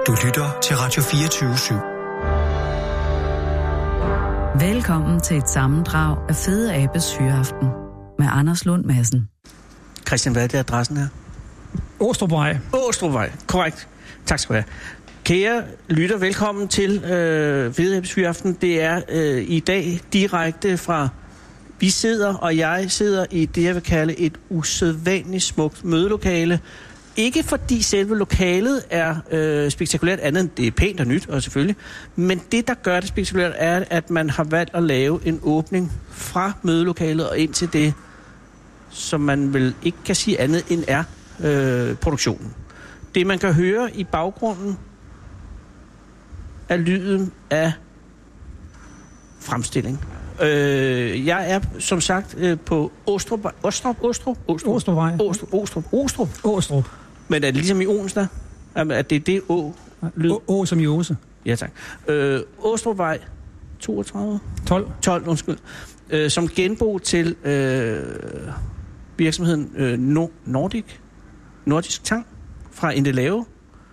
Du lytter til Radio 24/7. Velkommen til et sammendrag af Fede Abes Hyreaften med Anders Lund Madsen. Christian, hvad er det adressen her? Åstrupvej. Åstrupvej, korrekt. Tak skal du have. Kære lytter, velkommen til Fede Abes Hyreaften. Det er i dag direkte fra... jeg sidder i det, jeg vil kalde et usædvanligt smukt mødelokale. Ikke fordi selve lokalet er spektakulært andet end det er pænt og nyt, og selvfølgelig. Men det, der gør det spektakulært, er, at man har valgt at lave en åbning fra mødelokalet og ind til det, som man vel ikke kan sige andet end er produktionen. Det, man kan høre i baggrunden, er lyden af fremstilling. Jeg er som sagt på Åstrup. Men er det ligesom i Onsdag? Er det å-lyd? Å som i Åse. Ja, tak. Åstrupvej 12, undskyld. Som genbo til virksomheden Nordisk Tang fra Indelave,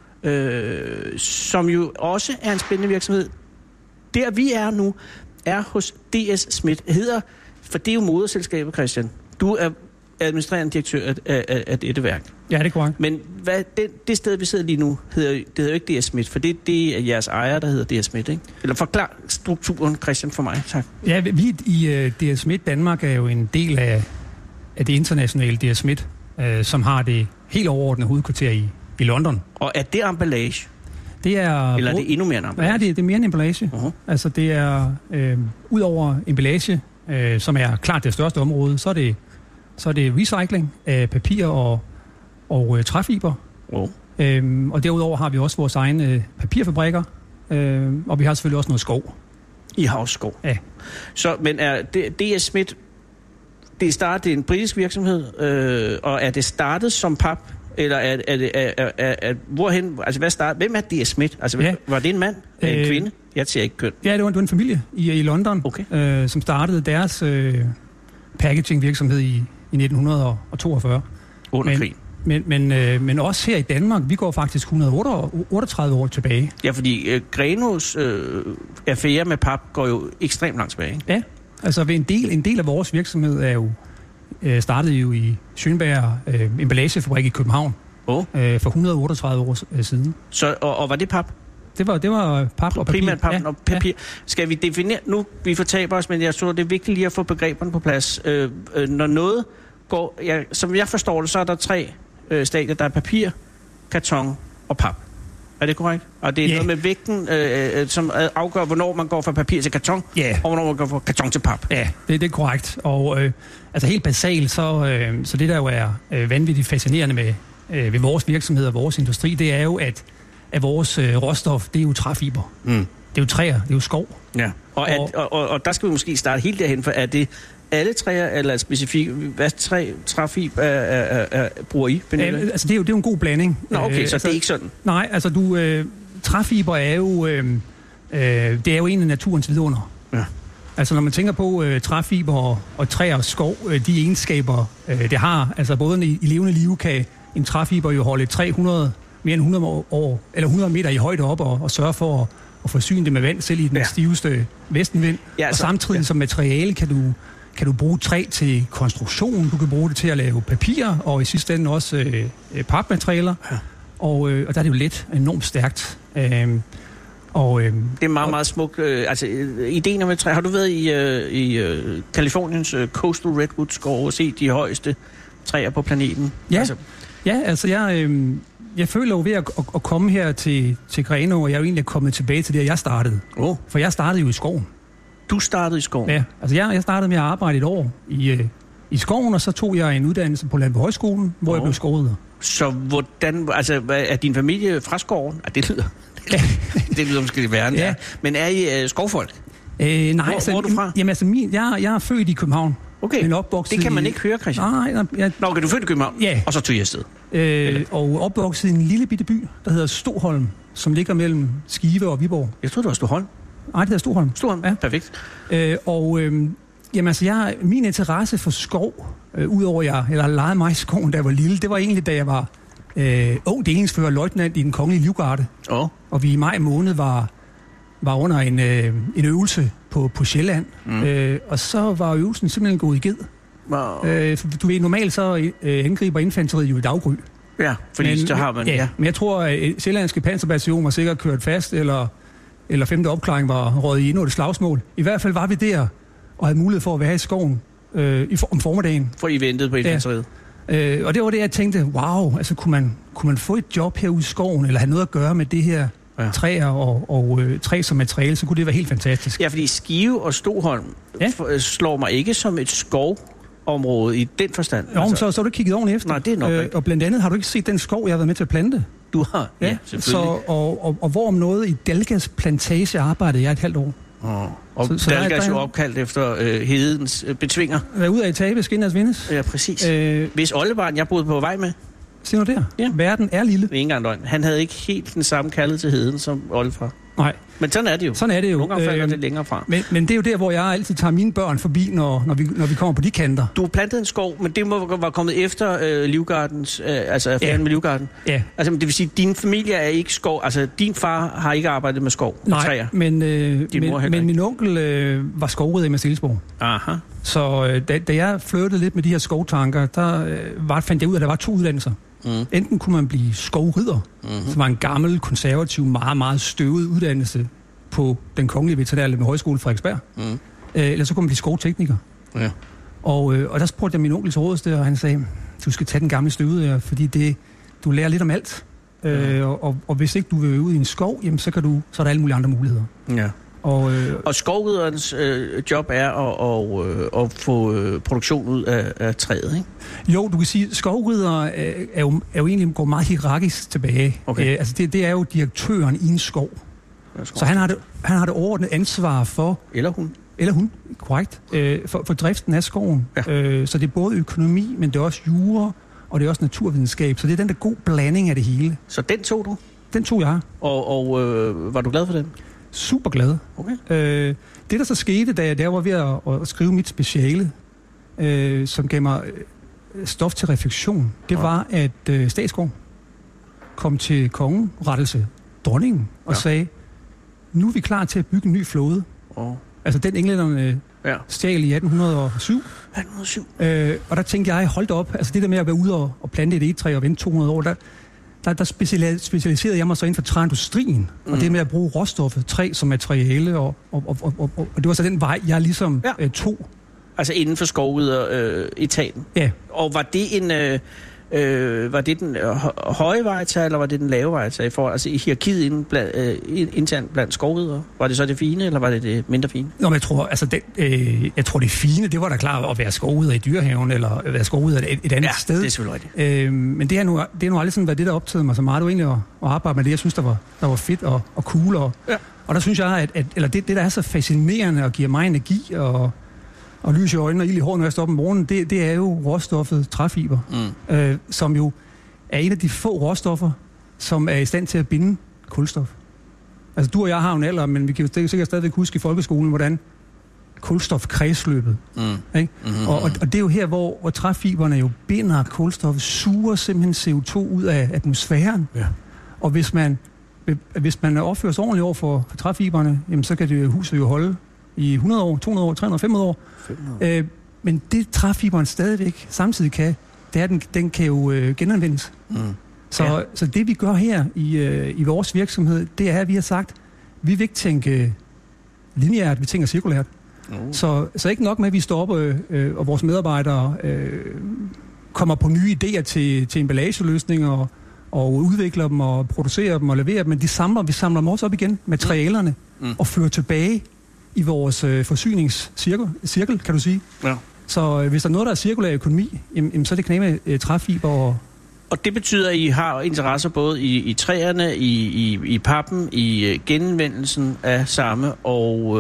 som jo også er en spændende virksomhed. Der vi er nu, er hos DS Smith. For det er jo moderselskabet, Christian. Du er administrerende direktør af dette værk. Ja, det er korrekt. Men det sted, vi sidder lige nu, det hedder jo ikke DS Smith, for det er jeres ejer, der hedder DS Smith, ikke? Eller forklar strukturen, Christian, for mig. Tak. Ja, vi i DS Smith Danmark er jo en del af det internationale DS Smith, som har det helt overordnede hovedkvarter i London. Og er det emballage? Det er... Eller er det endnu mere en emballage? Ja, det er mere en emballage. Uh-huh. Altså, det er... ud over emballage, som er klart det største område, så er det recycling af papir og træfiber. Oh. Og derudover har vi også vores egne papirfabrikker, og vi har selvfølgelig også noget skov. I har også skov? Ja. Så, men er DS Smith, det er en britisk virksomhed, og er det startet som pap? Eller er hvorhen, altså hvad startede, hvem er DS Smith? Altså, ja. Var det en mand? En kvinde? Jeg ser ikke køn. Ja, det var en familie i London, okay. Som startede deres packaging-virksomhed i 1942. Under krigen. Men også her i Danmark, vi går faktisk 138 år tilbage. Ja, fordi Grenos affære med pap går jo ekstremt langt tilbage, ikke? Ja, altså en del af vores virksomhed er jo startede jo i Schönberg emballagefabrik i København for 138 år siden. Så, og var det pap? Det var pap og papir. Primært pap og papir. Ja. Skal vi definere, nu vi fortaber os, men jeg tror, det er vigtigt lige at få begreberne på plads. Når noget går, som jeg forstår det, så er der 3 stadier. Der er papir, karton og pap. Er det korrekt? Og det er noget med vægten, som afgør, hvornår man går fra papir til karton, og hvornår man går fra karton til pap. Ja, det er korrekt. Og altså helt basalt, så det der jo er vanvittigt fascinerende ved vores virksomhed og vores industri, det er jo, at vores råstof, det er jo træfiber. Mm. Det er jo træer, det er jo skov. Ja. Og der skal vi måske starte helt derhen, for er det alle træer, eller specifikt, hvad træfiber bruger I? Altså det er jo en god blanding. Nå, okay, så det er ikke sådan? Nej, altså træfiber er jo, det er jo en af naturens vidunder. Ja. Altså når man tænker på træfiber og træer og skov, de egenskaber, det har, altså både i levende liv kan en træfiber jo holde mere end 100 meter i højde op og sørge for at forsyne det med vand, selv i den stiveste vestenvind. Ja, og samtidig som materiale kan du bruge træ til konstruktion, du kan bruge det til at lave papir, og i sidste ende også papmaterialer. Ja. Og der er det jo let, enormt stærkt. Det er meget, meget smukt. Altså, ideen om et træ. Har du været i Californiens Coastal Redwood skov og set de højeste træer på planeten? Ja, altså jeg føler jo ved at komme her til Greno, og jeg er jo egentlig kommet tilbage til det, jeg startede. For jeg startede jo i skoven. Du startede i skoven? Ja, altså jeg startede med at arbejde et år i skoven, og så tog jeg en uddannelse på Landbohøjskolen, hvor jeg blev skovrider. Så hvordan, altså er din familie fra skoven? Det lyder måske lidt værre. Ja. Men er I skovfolk? Nej. Hvor er du fra? Jamen altså, jeg er født i København. Okay, det kan man ikke høre, Christian. Nej. Nå, okay, du er født i København, og så tog jeg afsted. Og opvokset i en lille bitte by, der hedder Stoholm, som ligger mellem Skive og Viborg. Jeg troede, det var Stoholm. Nej, det hedder Stoholm. Stoholm, ja. Perfekt. Jamen altså, min interesse for skov, udover jeg legede mig i skoven, da jeg var lille, det var egentlig, da jeg var ung delingsfører løjtnant i den kongelige livgarde. Og vi i maj måned var under en øvelse på Sjælland. Og så var øvelsen simpelthen gået i ged. Du ved, normalt så angriber infanteriet jo i daggry. Ja, fordi så har man... Ja, men jeg tror, at sjællandske panserbataillon var sikkert kørt fast, eller 5. opklaring var røget i endnu et slagsmål. I hvert fald var vi der og havde mulighed for at være i skoven om formiddagen. For I ventede på infanteriet. Ja. Og det var det, jeg tænkte, wow, altså kunne man få et job herude i skoven, eller have noget at gøre med det her træer og træ som materiale, så kunne det være helt fantastisk. Ja, fordi Skive og Stoholm slår mig ikke som et skovområde i den forstand. Jo, altså, så har du ikke kigget ordentligt efter. Nej, det er nok ikke. Og blandt andet har du ikke set den skov, jeg har været med til at plante. Du har? Ja, selvfølgelig. Og hvor om noget i Dalgas plantage arbejdede jeg et halvt år. Og Dalgas jo opkaldt efter hedens betvinger. Hvad ud af tabe, skinnes vindes. Ja, præcis. Hvis Ollebarn, jeg boede på vej med. Ser du der? Ja. Verden er lille. Ikke engang løgn. Han havde ikke helt den samme kærlighed til heden som Oldefar. Nej. Men sådan er det jo. Sådan er det jo. Nogle gange falder det længere fra. Men det er jo der, hvor jeg altid tager mine børn forbi, når vi kommer på de kanter. Du har plantet en skov, men det må være kommet efter Livgardens, altså affæren med Livgarden. Ja. Altså, det vil sige, at din familie er ikke skov. Altså, din far har ikke arbejdet med skov og træer. Men min onkel var skovrider i Marselisborg. Aha. Så da jeg flirtede lidt med de her skovtanker, fandt jeg ud af, at der var 2 uddannelser. Enten kunne man blive skovrider, som var en gammel, konservativ, meget, meget støvet uddannelse på den kongelige veterinære med højskole Frederiksberg. Eller så kunne man blive skovtekniker. Ja. Og der spurgte jeg min onkel til rådeste, og han sagde, du skal tage den gamle støvede, fordi du lærer lidt om alt. Og hvis ikke du vil ud i en skov, jamen, så er der alle mulige andre muligheder. Ja. Og skovriderens job er at få produktion ud af træet, ikke? Jo, du kan sige, at skovridere er jo egentlig går meget hierarkisk tilbage. Okay. Altså det er jo direktøren i en skov. Så han har det overordnede ansvar for... Eller hun, korrekt. For driften af skoven. Ja. Så det er både økonomi, men det er også jura, og det er også naturvidenskab. Så det er den der god blanding af det hele. Så den tog du? Den tog jeg. Og var du glad for den? Super glad. Okay. Det, der så skete, da jeg var ved at skrive mit speciale, som gav mig stof til refleksion, det var, at Statskov kom til kongen, rettelse dronningen, og sagde, nu er vi klar til at bygge en ny flåde. Altså den englænderne stjal i 1807. Og der tænkte jeg, hold da op, altså det der med at være ude og plante et egetræ og vente 200 år, der specialiserede jeg mig så inden for træindustrien, og det med at bruge råstoffet, træ som materiale, og det var så den vej, jeg ligesom tog. Altså inden for skovrideretaten? Ja. Og var det var det den høje vej til, eller var det den lave vej til? Altså i hierarkiet internt blandt skovridere? Var det så det fine, eller var det det mindre fine? Nå, men jeg tror det fine, det var da klart at være skovrider i Dyrehaven, eller at være skovrider et andet sted. Ja, det er selvfølgelig rigtigt. Men det har nu aldrig sådan været det, der optagede mig så meget. Det var egentlig at arbejde med det, jeg synes, der var fedt og cool. Og der synes jeg, at det, der er så fascinerende og giver mig energi og lys i øjnene og ild i håret, når jeg står op om morgenen, det er jo råstoffet træfiber, som jo er en af de få råstoffer, som er i stand til at binde kulstof. Altså du og jeg har jo en alder, men vi kan jo sikkert stadigvæk huske i folkeskolen, hvordan kulstofkredsløbet. Ikke? Og det er jo her, hvor træfiberne jo binder kulstof, suger simpelthen CO2 ud af atmosfæren. Ja. Og hvis man opfører sig ordentligt over for træfiberne, jamen, så kan det huset jo holde i 100 år, 200 år, 300, 500 år. Men det træfiberen stadigvæk samtidig kan, det er, den kan jo genanvendes. Så det vi gør her i vores virksomhed, det er, at vi har sagt, vi vil ikke tænke lineært, vi tænker cirkulært. Så ikke nok med, at vi står op, og vores medarbejdere kommer på nye idéer til emballageløsninger og udvikler dem og producerer dem og leverer dem, men vi samler dem også op igen, materialerne, og fører tilbage i vores forsyningscirkel, kan du sige. Ja. Så hvis der er noget, der er cirkulær økonomi, jamen, så er det knæme træfiber. Og det betyder, at I har interesser både i træerne, i pappen, i genanvendelsen af samme, og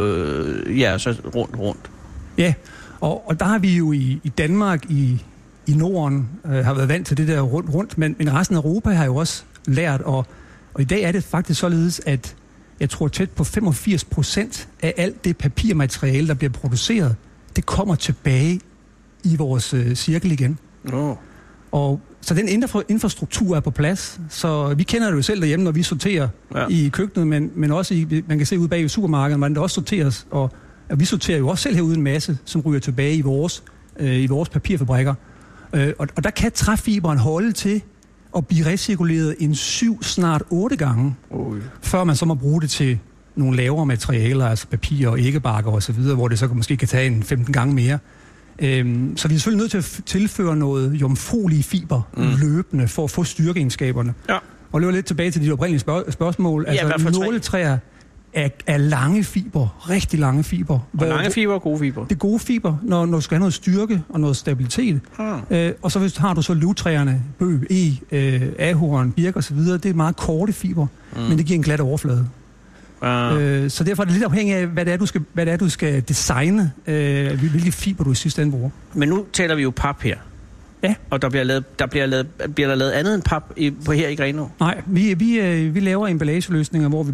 så rundt. Ja, og der har vi jo i Danmark, i Norden, har været vant til det der rundt, men resten af Europa har jo også lært, og i dag er det faktisk således, at jeg tror tæt på 85% af alt det papirmateriale, der bliver produceret, det kommer tilbage i vores cirkel igen. Og Så den infrastruktur er på plads. Så vi kender det jo selv derhjemme, når vi sorterer i køkkenet, men også man kan se ude bag i supermarkedet, hvordan det også sorteres. Og vi sorterer jo også selv herude en masse, som ryger tilbage i vores papirfabrikker. Og der kan træfiberen holde til at blive recirkuleret 7, snart 8 gange, før man så må bruge det til nogle lavere materialer, altså papir og æggebakker osv., hvor det så måske kan tage en 15 gange mere. Så vi er selvfølgelig nødt til at tilføre noget jomfruelige fiber løbende for at få styrkeegenskaberne. Ja. Og løber lidt tilbage til de oprindelige spørgsmål. Altså nåletræer er lange fiber, rigtig lange fiber. Og lange fiber og gode fiber? Det er gode fiber, når du skal have noget styrke og noget stabilitet. Og så har du så løvtræerne, bøg, ahorn, birk og så videre. Det er meget korte fiber, men det giver en glat overflade. Så derfor er det lidt afhængigt af, hvad det er, du skal designe, hvilke fiber du i sidste ende bruger. Men nu taler vi jo pap her. Ja. Og bliver der lavet andet end pap her i Grenaa? Nej, vi laver emballageløsninger, hvor vi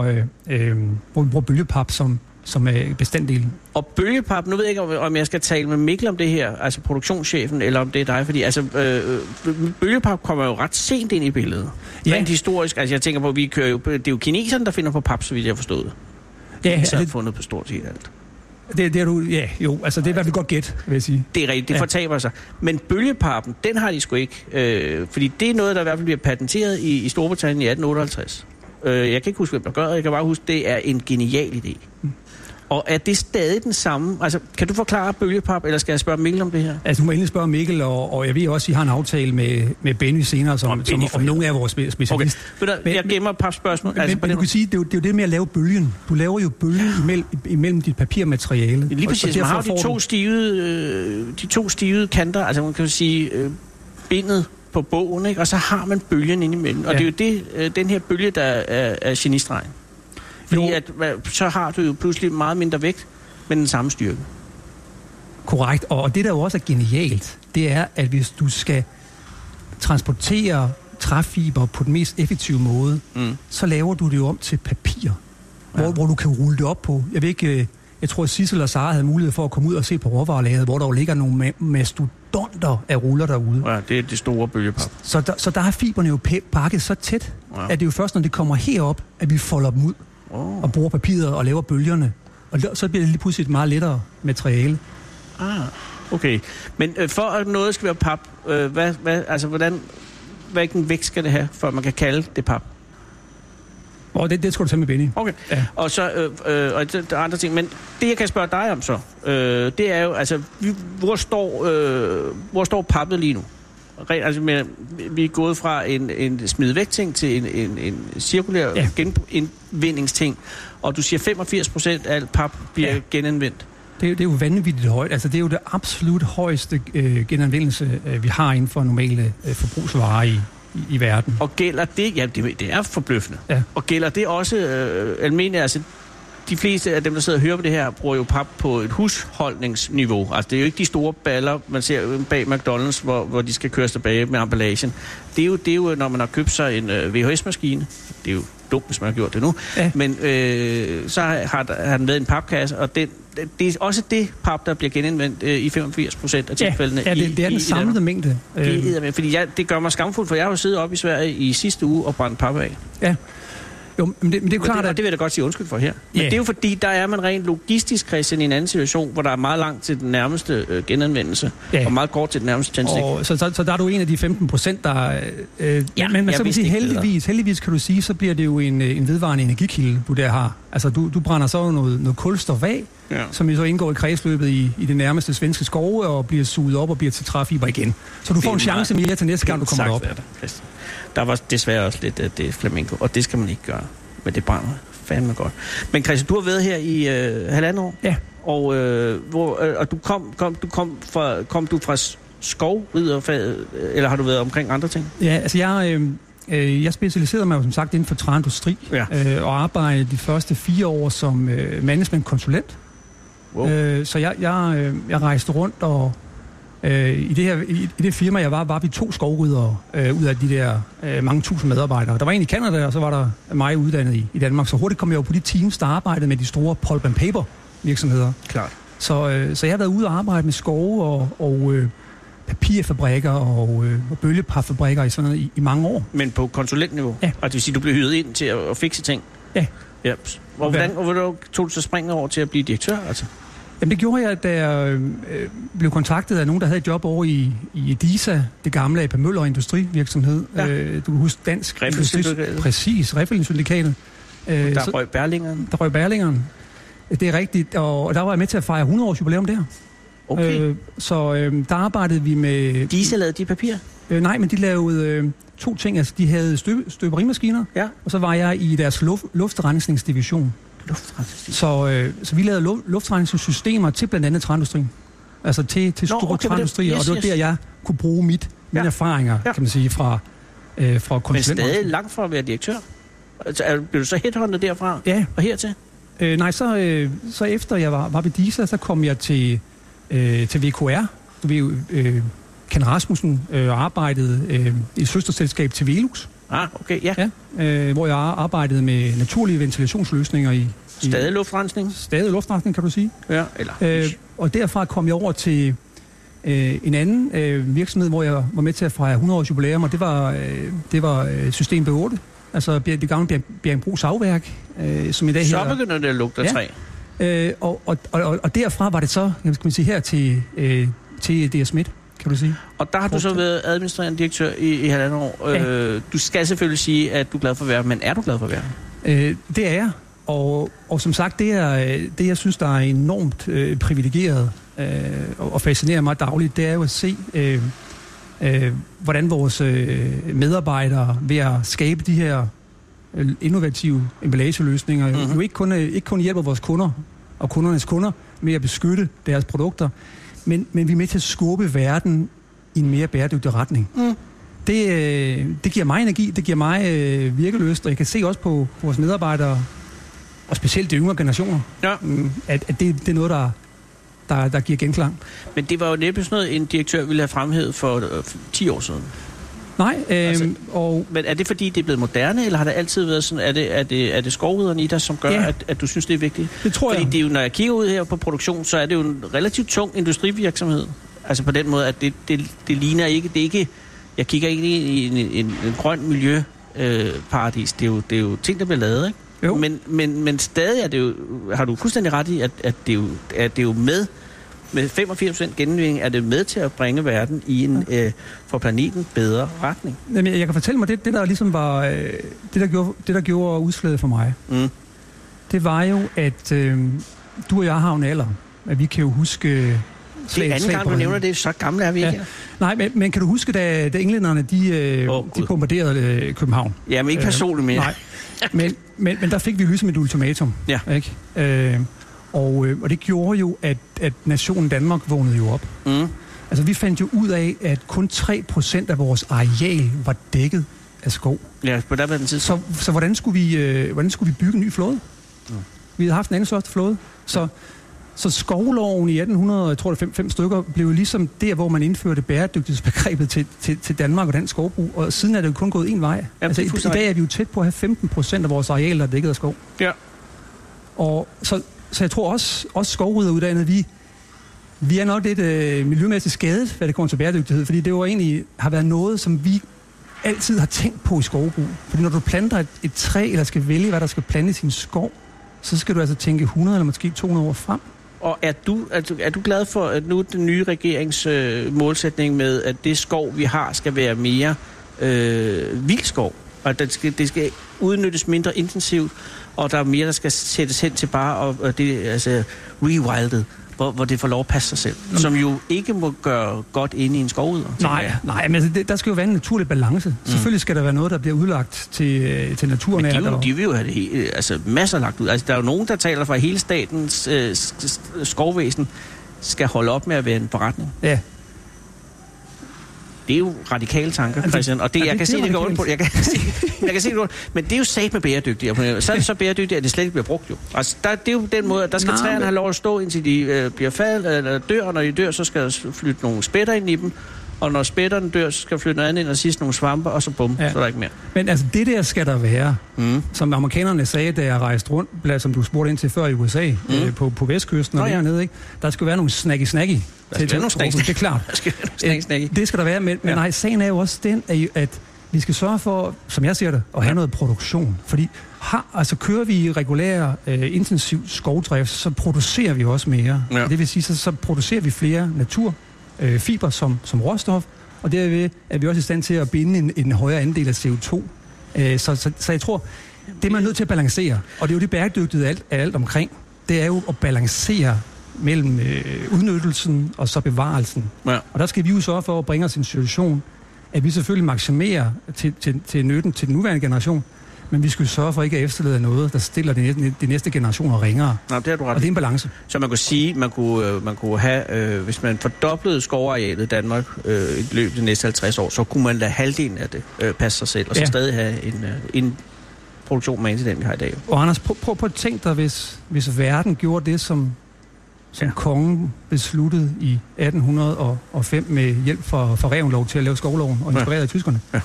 bruger bølgepap som er bestanddelen. Og bølgepap, nu ved jeg ikke, om jeg skal tale med Mikkel om det her, altså produktionschefen, eller om det er dig, fordi altså, bølgepap kommer jo ret sent ind i billedet. Ja. Rent historisk, altså jeg tænker på, det er jo kineserne, der finder på pap, så vidt jeg har forstået. Ja, det har fundet på stort set alt. Det er du, altså det er i hvert fald godt gæt, vil jeg sige. Det er rigtigt, det fortaber sig. Men bølgepappen, den har de sgu ikke, fordi det er noget, der i hvert fald bliver patenteret i Storbritannien i 1858. Jeg kan ikke huske, hvem der gør det, jeg kan bare huske, det er en genial idé. Og er det stadig den samme? Altså, kan du forklare bølgepap, eller skal jeg spørge Mikkel om det her? Altså, du må endelig spørge Mikkel, og jeg ved også, at I har en aftale med Benny senere, om nogle af vores specialister. Okay. Jeg gemmer papspørgsmål. Men du kan sige, det er jo det med at lave bølgen. Du laver jo bølgen imellem dit papirmateriale. Lige præcis. Man har de to stivede kanter, altså man kan sige bindet på bogen, ikke? Og så har man bølgen indimellem. Og det er jo den her bølge, der er genistregen. Fordi så har du jo pludselig meget mindre vægt, men den samme styrke. Korrekt. Og det, der jo også er genialt, det er, at hvis du skal transportere træfiber på den mest effektive måde, så laver du det jo om til papir, hvor du kan rulle det op på. Jeg tror, at Sissel og Sara havde mulighed for at komme ud og se på råvarelageret, hvor der jo ligger nogle mastodonter af ruller derude. Ja, det er det store bølgepap. Så der er fiberne jo pakket så tæt, at det er jo først, når det kommer herop, at vi folder dem ud. Og bruger papiret og laver bølgerne. Og så bliver det lige pludselig et meget lettere materiale. Okay. Men for at noget skal være pap, hvilken vægt skal det have, for at man kan kalde det pap? Det skal du tage med Benny. Okay. Ja. Og så og der er andre ting. Men det, jeg kan spørge dig om så, det er jo, altså, hvor står pappet lige nu? Altså, vi er gået fra en smidvægtting til en cirkulær genindvindingsting, og du siger 85% af alt pap bliver genanvendt. Det er jo vanvittigt højt. Altså, det er jo det absolut højeste genanvendelse, vi har inden for normale forbrugsvarer i verden. Og gælder det? Ja, det er forbløffende. Ja. Og gælder det også almindeligt? Altså, de fleste af dem, der sidder og hører på det her, bruger jo pap på et husholdningsniveau. Altså, det er jo ikke de store baller, man ser bag McDonald's, hvor de skal køres tilbage med emballagen. Det er jo, når man har købt sig en VHS-maskine. Det er jo dumt, hvis man har gjort det nu. Ja. Men så har den været en papkasse, og det er også det pap, der bliver genindvendt i 85% af tilfældene. Ja, det er den samlede mængde. Fordi det gør mig skamfuld, for jeg har jo siddet oppe i Sverige i sidste uge og brændt pap af. Ja. Jo, men det er klart, og det vil jeg da godt sige undskyld for her. Men det er jo fordi, der er man rent logistisk, Christian, i en anden situation, hvor der er meget langt til den nærmeste genanvendelse, og meget kort til den nærmeste tændstik. Så der er du en af de 15%, der... men så vil sige, heldigvis kan du sige, så bliver det jo en vedvarende energikilde, du der har. Altså, du brænder så noget kulstof af, som jo så indgår i kredsløbet i det nærmeste svenske skove, og bliver suget op og bliver til træfiber igen. Så du får en chance mere til næste gang, du kommer op. Der var desværre også lidt af det flamenco, og det skal man ikke gøre. Men det brænder fandme godt. Men Christian, du har været her i 1,5 år. Ja. Og du kom du fra skovriderfaget, eller har du været omkring andre ting? Ja, altså jeg specialiserede mig jo som sagt inden for træindustri, og arbejdede de første 4 år som managementkonsulent. Wow. Så jeg rejste rundt, og i det firma, jeg var vi 2 skovryddere ud af de der mange tusind medarbejdere. Der var en i Canada, og så var der mig uddannet i Danmark. Så hurtigt kom jeg jo på de teams, der arbejdede med de store pulp and paper virksomheder. Klart. Så jeg har været ude og arbejde med skove, og papirfabrikker og bølgepapfabrikker i sådan noget i mange år. Men på konsulentniveau? Ja. Og det vil sige, at du blev hyret ind til at fikse ting? Ja. Ja. Og hvordan tog du så springet over til at blive direktør? Altså? Jamen det gjorde jeg, da jeg blev kontaktet af nogen, der havde et job over i DISA, det gamle AP Møller Industrivirksomhed. Ja. Du kan huske Dansk Riffel-syndikatet. Præcis, Riffel-syndikatet. Der røg Berlingeren. Der røg Berlingeren. Det er rigtigt, og der var jeg med til at fejre 100 års jubilæum der. Okay. Der arbejdede vi med... DISA lavede de papirer? Nej, men de lavede 2 ting. Altså, de havde støberimaskiner, ja. Og så var jeg i deres luftrensningsdivision. Så vi lavede luftrensningssystemer til blandt andet træindustrien. Altså til store træindustrier, og det var der, jeg kunne bruge mine erfaringer, kan man sige, fra konsulentbranchen. Men stadig langt fra at være direktør? Altså, blev du så headhunted derfra og hertil? Nej, så efter jeg var ved DISA, så kom jeg til VKR. Ken Rasmussen arbejdede i et søsterselskab til Velux. Okay, ja. Hvor jeg arbejdede med naturlige ventilationsløsninger Stadig luftrensning? Stadig luftrensning, kan du sige. Ja, eller... Og derfra kom jeg over til en anden virksomhed, hvor jeg var med til at fejre 100 års jubilæum, og det var System B8, altså det gamle Bjerringbro Savværk, som i dag så begynder det at lugte træ. Og derfra var det så, skal man sige, her til DS Smith, kan du sige. Og der har du så været administrerende direktør i 1,5 år. Ja. Du skal selvfølgelig sige, at du er glad for verden, men er du glad for verden? Det er jeg. Og som sagt, det jeg synes, der er enormt privilegeret og fascinerer mig dagligt, det er jo at se, hvordan vores medarbejdere ved at skabe de her innovative emballageløsninger jo ikke kun hjælper vores kunder og kundernes kunder med at beskytte deres produkter, men vi er med til at skubbe verden i en mere bæredygtig retning. Det giver mig energi, det giver mig virkelyst, og jeg kan se også på vores medarbejdere, og specielt de yngre generationer, at det er noget, der giver genklang. Men det var jo næppe sådan noget, en direktør ville have fremhævet for 10 år siden. Nej. Men er det fordi, det er blevet moderne, eller har det altid været sådan, er det skovriderne i dig, som gør, at du synes, det er vigtigt? Det tror jeg. Fordi det er jo, når jeg kigger ud her på produktion, så er det jo en relativt tung industrivirksomhed. Altså på den måde, at det ligner ikke, det er ikke, jeg kigger ikke i en grøn miljøparadis. Det er jo ting, der bliver lavet, ikke? Jo. Men stadig er det jo, har du fuldstændig ret i, at det er jo med 85% genindvinding, er det med til at bringe verden i en for planeten bedre retning. Jamen, jeg kan fortælle mig, det der ligesom var, det der gjorde udslaget for mig, det var jo, at du og jeg har en alder, at vi kan jo huske... Det er anden gang, du nævner det, så gamle er vi ikke her. Nej, men kan du huske, da englænderne, de bombarderede København? Jamen ikke personligt mere. Nej, men der fik vi ligesom et ultimatum. Ja. Ikke? Og det gjorde jo, at nationen Danmark vågnede jo op. Altså vi fandt jo ud af, at kun 3% af vores areal var dækket af skov. Ja, på der var den tid. Så hvordan skulle vi bygge en ny flåde? Vi havde haft en anden sorts flåde. Så skovloven i 1805 stykker blev ligesom der, hvor man indførte bæredygtighedsbegrebet til Danmark og dansk skovbrug. Og siden er det jo kun gået en vej. Altså, i dag er vi jo tæt på at have 15% af vores areal, der er dækket af skov. Ja. Og så jeg tror også skovryderuddannede, vi er nok lidt miljømæssigt skadet, hvad det kommer til bæredygtighed. Fordi det jo egentlig har været noget, som vi altid har tænkt på i skovbrug. Fordi når du planter et træ, eller skal vælge, hvad der skal plantes i en skov, så skal du altså tænke 100 eller måske 200 år frem. Og er du glad for, at nu den nye regerings målsætning med, at det skov, vi har, skal være mere vild skov, og at det skal udnyttes mindre intensivt, og der er mere, der skal sættes hen til bare rewildet, hvor det får lov at passe sig selv, som jo ikke må gøre godt inde i en skovryder. Nej, men altså, der skal jo være en naturlig balance. Selvfølgelig skal der være noget, der bliver udlagt til naturen. Men de vil jo have det masser lagt ud. Altså, der er jo nogen, der taler for, at hele statens skovvæsen skal holde op med at være en forretning. Ja. Det er jo radikale tanker, Christian, og jeg kan se, det går på. Jeg kan se det går, men det er jo sat med bæredygtigt. Så er det så bæredygtigt, at det slet ikke bliver brugt jo. Altså, det er jo den måde, at der skal træerne have lov at stå, indtil de bliver faldet eller dør, og når de dør, så skal der flytte nogle spætter ind i dem, og når spætterne dør, så skal flytte noget andet ind og sidst nogle svampe, og så bum, så er der ikke mere. Men altså, det der skal der være, som amerikanerne sagde, da jeg rejste rundt, som du spurgte ind til før i USA, på vestkysten og hernede, ikke? Der skal være nogle snacky skal være nogle det er klart. Det skal der være, men nej, sagen er jo også den, at vi skal sørge for, som jeg ser det, at have noget produktion. Fordi kører vi regulær, intensiv skovdrift, så producerer vi også mere. Ja. Det vil sige, så producerer vi flere naturfiber som råstof, og derved er vi også i stand til at binde en højere andel af CO2. Så jeg tror, det man er nødt til at balancere, og det er jo det bæredygtige af alt omkring, det er jo at balancere mellem udnyttelsen og så bevarelsen. Ja. Og der skal vi jo sørge for at bringe os i en situation, at vi selvfølgelig maksimerer til nytten til den nuværende generation, men vi skal sørge for ikke at efterlade noget, der stiller de næste generationer ringere. Nå, det har du ret. Og det er en balance. Så man kunne sige, man kunne have, hvis man fordoblede skovarealet i Danmark i løbet af de næste 50 år, så kunne man lade halvdelen af det passe sig selv, og så stadig have en produktion med til den, vi har i dag. Og Anders, prøv at tænke dig, hvis verden gjorde det, som kongen besluttede i 1805 med hjælp fra Reventlow til at lave skovloven og inspireret af tyskerne. Ja.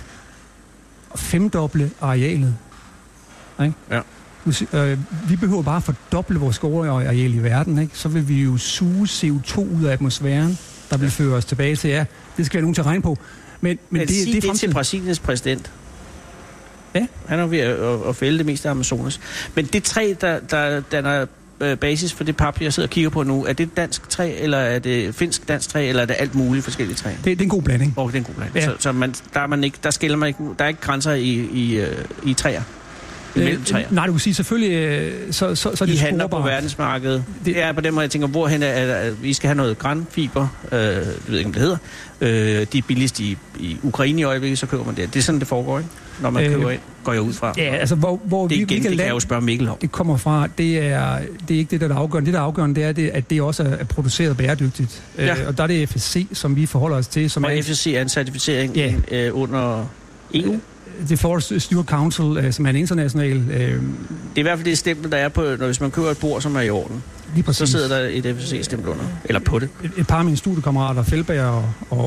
Og femdoble arealet. Ikke? Ja. Vi behøver bare at fordoble vores skovareal i verden, ikke? Så vil vi jo suge CO2 ud af atmosfæren, der vil føre os tilbage til, det skal være nogen til at regne på. Men det er til Brasiliens præsident. Ja. Han er ved at fælde det meste af Amazonas. Men det træ, der danner basis for det pap, jeg sidder og kigger på nu, er det dansk træ, eller er det finsk dansk træ, eller er det alt muligt forskellige træ? Det er en god blanding. Det er en god blanding. Ja. Så der skiller man ikke, der er ikke grænser i træer. Imellem træer. Nej, du kan sige selvfølgelig, så er det sporbart. De handler på verdensmarkedet. Det er på den måde, jeg tænker, hvorhen vi skal have noget granfiber, jeg ved ikke, om det hedder. De er billigst i Ukraine i øjeblikket, så køber man det. Det er sådan, det foregår, ikke? Når man køber ind, går jeg ud fra. Ja, altså hvor det kan jeg jo spørge Mikkel om. Det kommer fra, det er ikke det, der er afgørende. Det, der er afgørende, det er, at det også er produceret bæredygtigt. Ja. Og der er det FSC, som vi forholder os til. Som FSC er en certificering under EU? Det Forest Steward Council, som er en international... Det er i hvert fald det stempel, der er på, hvis man køber et bord, som er i orden. Så sidder der et FSC-stempel under, eller på det. Et par af mine studiekammerater, Feldberg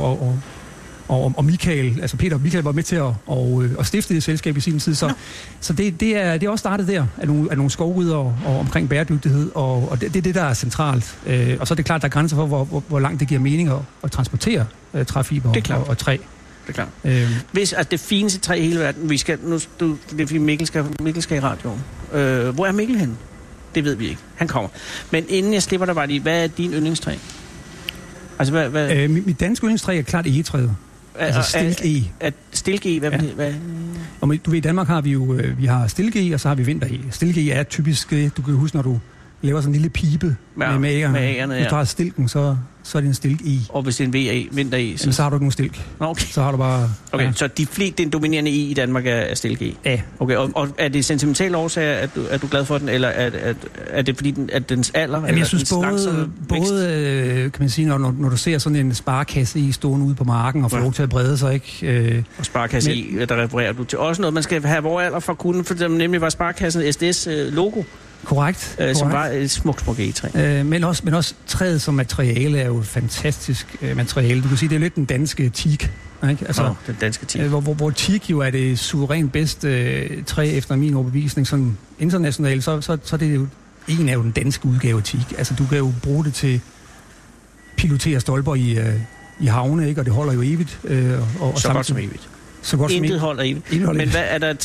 og Michael, altså Peter og Michael var med til at stifte det selskab i sin tid. Så det er også startet der, af nogle skovryder og omkring bæredygtighed, og det er det, der er centralt. Og så er det klart, der er grænser for, hvor langt det giver mening at transportere træfiber og træ. Det er klart. Hvis det fineste træ i hele verden, det er fordi Mikkel skal i radioen. Hvor er Mikkel henne? Det ved vi ikke. Han kommer. Men inden jeg slipper dig bare lige, hvad er din yndlingstræ? Altså, hvad? Mit danske yndlingstræ er klart egetræet. Altså stilke. Stilke, hvad? Og du ved, i Danmark har vi har stilke, og så har vi vinter. Stilke er typisk, du kan huske, når du laver sådan en lille pibe med ægerne. Hvis du har stilken, så er det en stilk i. Og hvis det er en vinter i? Så har du ikke nogen stilk. Okay. Så har du bare... Okay, så den dominerende i Danmark er stilk i? Ja. Okay, og er det sentimental årsag, at du er glad for den, eller er det fordi, at dens alder? Jamen, jeg synes både kan man sige, når du ser sådan en sparekasse i stående ude på marken, og får lov til at brede sig, ikke? Og sparekasse i, der refererer du til også noget, man skal have hvor alder for kunden, for dem nemlig var sparekassen SDS logo. Korrekt. Som var et smukt egetræ. Men også træet som materiale er jo et fantastisk materiale. Du kan sige, det er lidt den danske teak. Ikke? Altså, den danske teak. Hvor teak jo er det suverænt bedste træ efter min overbevisning. Sådan internationalt, så er det jo en af den danske udgave af teak. Altså du kan jo bruge det til pilotere stolper i havne, ikke? Og det holder jo evigt. Så godt som evigt. Intet holder evigt. Men hvad er der et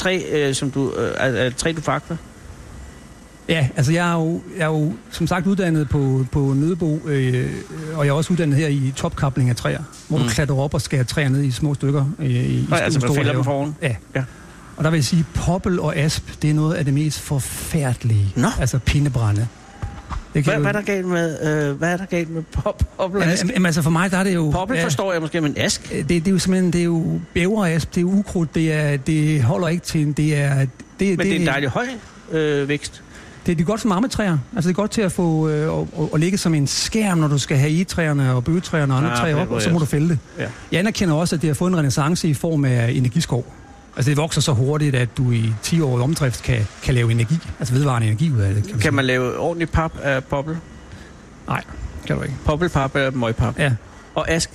træ, du fagter? Ja, altså jeg er jo som sagt uddannet på Nødebo, og jeg er også uddannet her i topkapling af træer, hvor du klatrer op og skærer træer ned i små stykker. Altså man fælder dem foran? Ja. Og der vil jeg sige, poppel og asp, det er noget af det mest forfærdelige. Nå? Altså pindebrænde. Hvad er der galt med poppel og ask? Altså for mig der er det jo... Poppel forstår jeg måske, men ask? Det er jo simpelthen, det er jo bæverasp, det er ukrudt, det holder ikke til... Men det er en dejlig høj vækst. Det er godt som ammetræer. Altså det er godt til at få at ligge som en skærm, når du skal have egetræerne og bøgetræerne og andre træer op, og så må du fælde det. Ja. Jeg anerkender også, at det har fået en renæssance i form af energiskov. Altså det vokser så hurtigt, at du i 10 år i omdrift kan lave energi, altså vedvarende energi ud af det. Kan man lave ordentlig pap af poppel? Nej, kan du ikke. Poppelpap er møgpap. Ja. Og ask?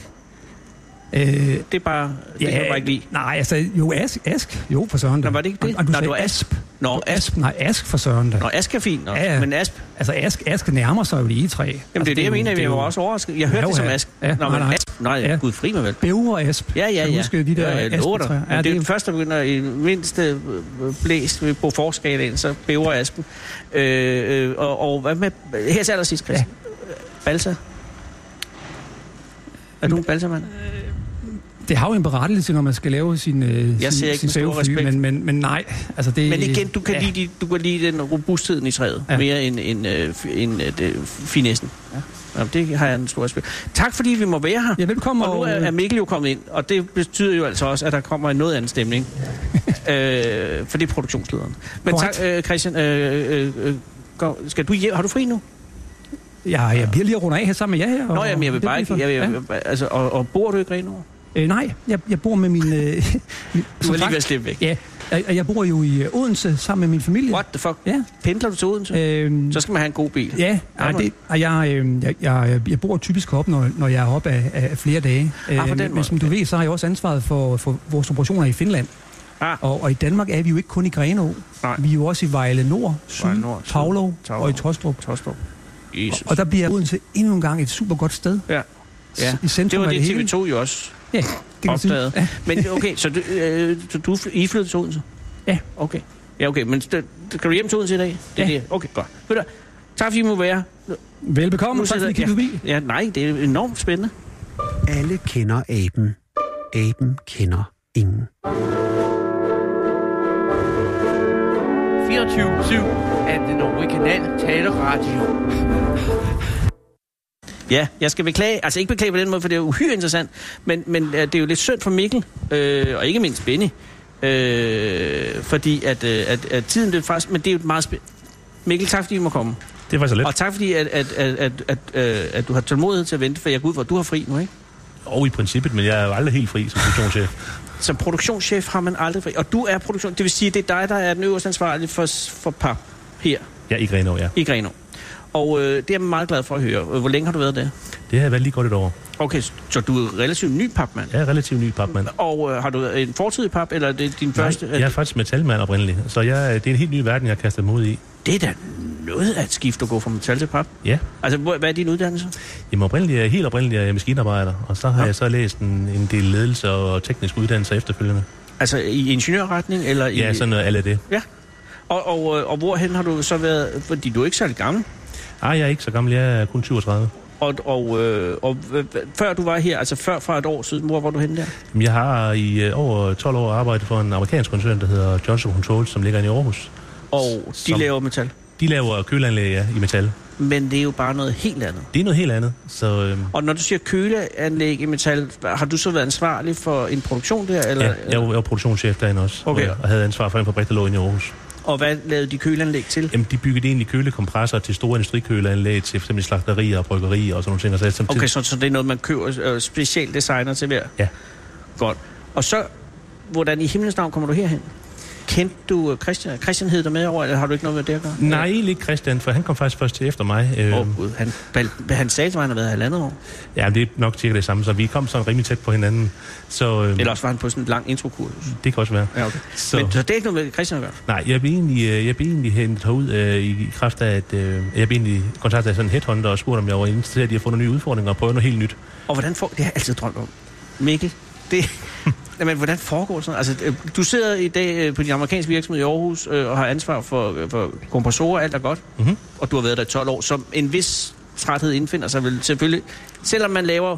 Det er bare... Det kan du bare ikke lide. Nej, altså jo ask. Jo, for søren. Nå, var det ikke det? Du sagde asp. Nå, asp. Nej, ask for søren da. Nå, ask er fint. Nå. Ja. Men asp... Altså ask nærmer sig jo det egetræ. Jamen det er det, jeg mener, jeg var også overrasket. Jeg hørte det som ask. Ja, Nå, men asp... Nej, ja. Gud fri mig vel. Bæver og asp. Ja. Jeg husker de der aspetræer. Ja, det er jo først, der begynder i mindste blæs ved Beaufort-skalaen, så bæver aspen. Og hvad med... Her til allersidst, Christian. Ja. Balsa. Er du en balsamand? Det har jo en berettelse, når man skal lave sin bævefly, men nej. Altså det, men igen, du kan lide den robustheden i træet, mere end finessen. Ja. Jamen, det har jeg en stor respekt. Tak fordi vi må være her. Ja, velkommen. Og nu er Mikkel jo kommet ind, og det betyder jo altså også, at der kommer en noget anden stemning. For det er produktionslederen. Men tak, Christian. Skal du hjem? Har du fri nu? Ja, jeg bliver lige rundt af her sammen med jer. Nå, jamen, jeg vil bare ikke... Og bor du i Grenaa? Nej, jeg bor med min... du er lige ved at slippe væk. Ja, jeg bor jo i Odense sammen med min familie. What the fuck? Ja. Pendler du til Odense? Så skal man have en god bil. Ja, jeg bor typisk op, når jeg er oppe af flere dage. Men som du ved, så har jeg også ansvaret for vores operationer i Finland. Og i Danmark er vi jo ikke kun i Grenaa. Vi er jo også i Vejle Nord, Syd, Taulov og i Tostrup. Og der bliver Odense endnu en gang et super godt sted. Ja. Ja, det var det TV2 jo også opdaget. Ja. Men okay, så du flyttede til Odense? Ja. Okay. Ja, okay, men skal du hjem til Odense i dag? Det. Okay, godt. Ved du, tak fordi I må være. Velbekomme, tak fordi I kiggede forbi. Ja, nej, det er enormt spændende. Alle kender aben. Aben kender ingen. 24/7 er den originale taleradio. Ja, jeg skal beklage, altså ikke beklage på den måde, for det er uhyre interessant, men det er jo lidt synd for Mikkel, og ikke mindst Benny, fordi at tiden det faktisk, men det er jo meget spændende. Mikkel, tak fordi I må komme. Det var så lidt. Og tak fordi, at du har tålmodighed til at vente, for jeg går ud for, at du har fri nu, ikke? Og i princippet, men jeg er jo aldrig helt fri som produktionschef. Som produktionschef har man aldrig fri, og du er produktion, det vil sige, det er dig, der er den øverste ansvarlige for PAP her. Ja, i Grenaa, ja. I Grenaa. Og det er jeg meget glad for at høre. Hvor længe har du været der? Det har været lige godt et år. Okay, så du er relativt ny papmand? Jeg er relativt ny papmand. Og har du en fortid i pap, eller er det din første? Jeg er faktisk metalmand oprindeligt, så det er en helt ny verden, jeg kaster mig ud i. Det er da noget at skifte at gå fra metal til pap? Ja. Altså, hvad er din uddannelse? Jamen helt oprindeligt er jeg maskinarbejder, og så har jeg så læst en del ledelse og teknisk uddannelse efterfølgende. Altså i ingeniørretning, eller i... Ja, sådan noget alt det. Ja. Og hvorhen har du så været, fordi du er ikke særlig gammel? Nej, jeg er ikke så gammel, jeg er kun 37. Og før du var her, altså før fra et år siden, hvor var du henne der? Jeg har i over 12 år arbejdet for en amerikansk koncern, der hedder Johnson Controls, som ligger i Aarhus. Og de laver metal? De laver køleanlæg, ja, i metal. Men det er jo bare noget helt andet. Det er noget helt andet. Så, Og når du siger køleanlæg i metal, har du så været ansvarlig for en produktion der? Eller? Ja, jeg var produktionschef derinde også, okay. Og havde ansvar for en fabrik, der lå inde i Aarhus. Og hvad lavede de køleanlæg til? Jamen, de byggede egentlig kølekompressorer til store industrikøleanlæg, til f.eks. slagterier og bryggerier og sådan nogle ting. Så okay, så det er noget, man køber specielt designer til hver? Ja. Godt. Og så, hvordan i himlens navn kommer du herhen? Kendte du Christian? Christian hed dig med over, eller har du ikke noget med det at gøre? Nej, egentlig ikke Christian, for han kom faktisk først til efter mig. Gud, han sagde til mig, han har været 1,5 år. Ja, det er nok cirka det samme, så vi kom sådan rimelig tæt på hinanden. Så, eller også var han på sådan en lang introkursus. Det kan også være. Ja, okay. Så det er ikke noget med Christian at gøre? Nej, jeg blev egentlig hentet herud i kraft af, at jeg blev egentlig kontaktet af sådan en headhunter og spurgte, om jeg var interesseret i at få nogle nye udfordringer og prøve noget helt nyt. Og hvordan får... Det har jeg altid drømt om. Mikkel, det... Men hvordan foregår sådan? Altså, du sidder i dag på din amerikanske virksomhed i Aarhus og har ansvar for kompressorer, alt er godt. Mm-hmm. Og du har været der i 12 år, så en vis træthed indfinder sig vel selvfølgelig. Selvom man laver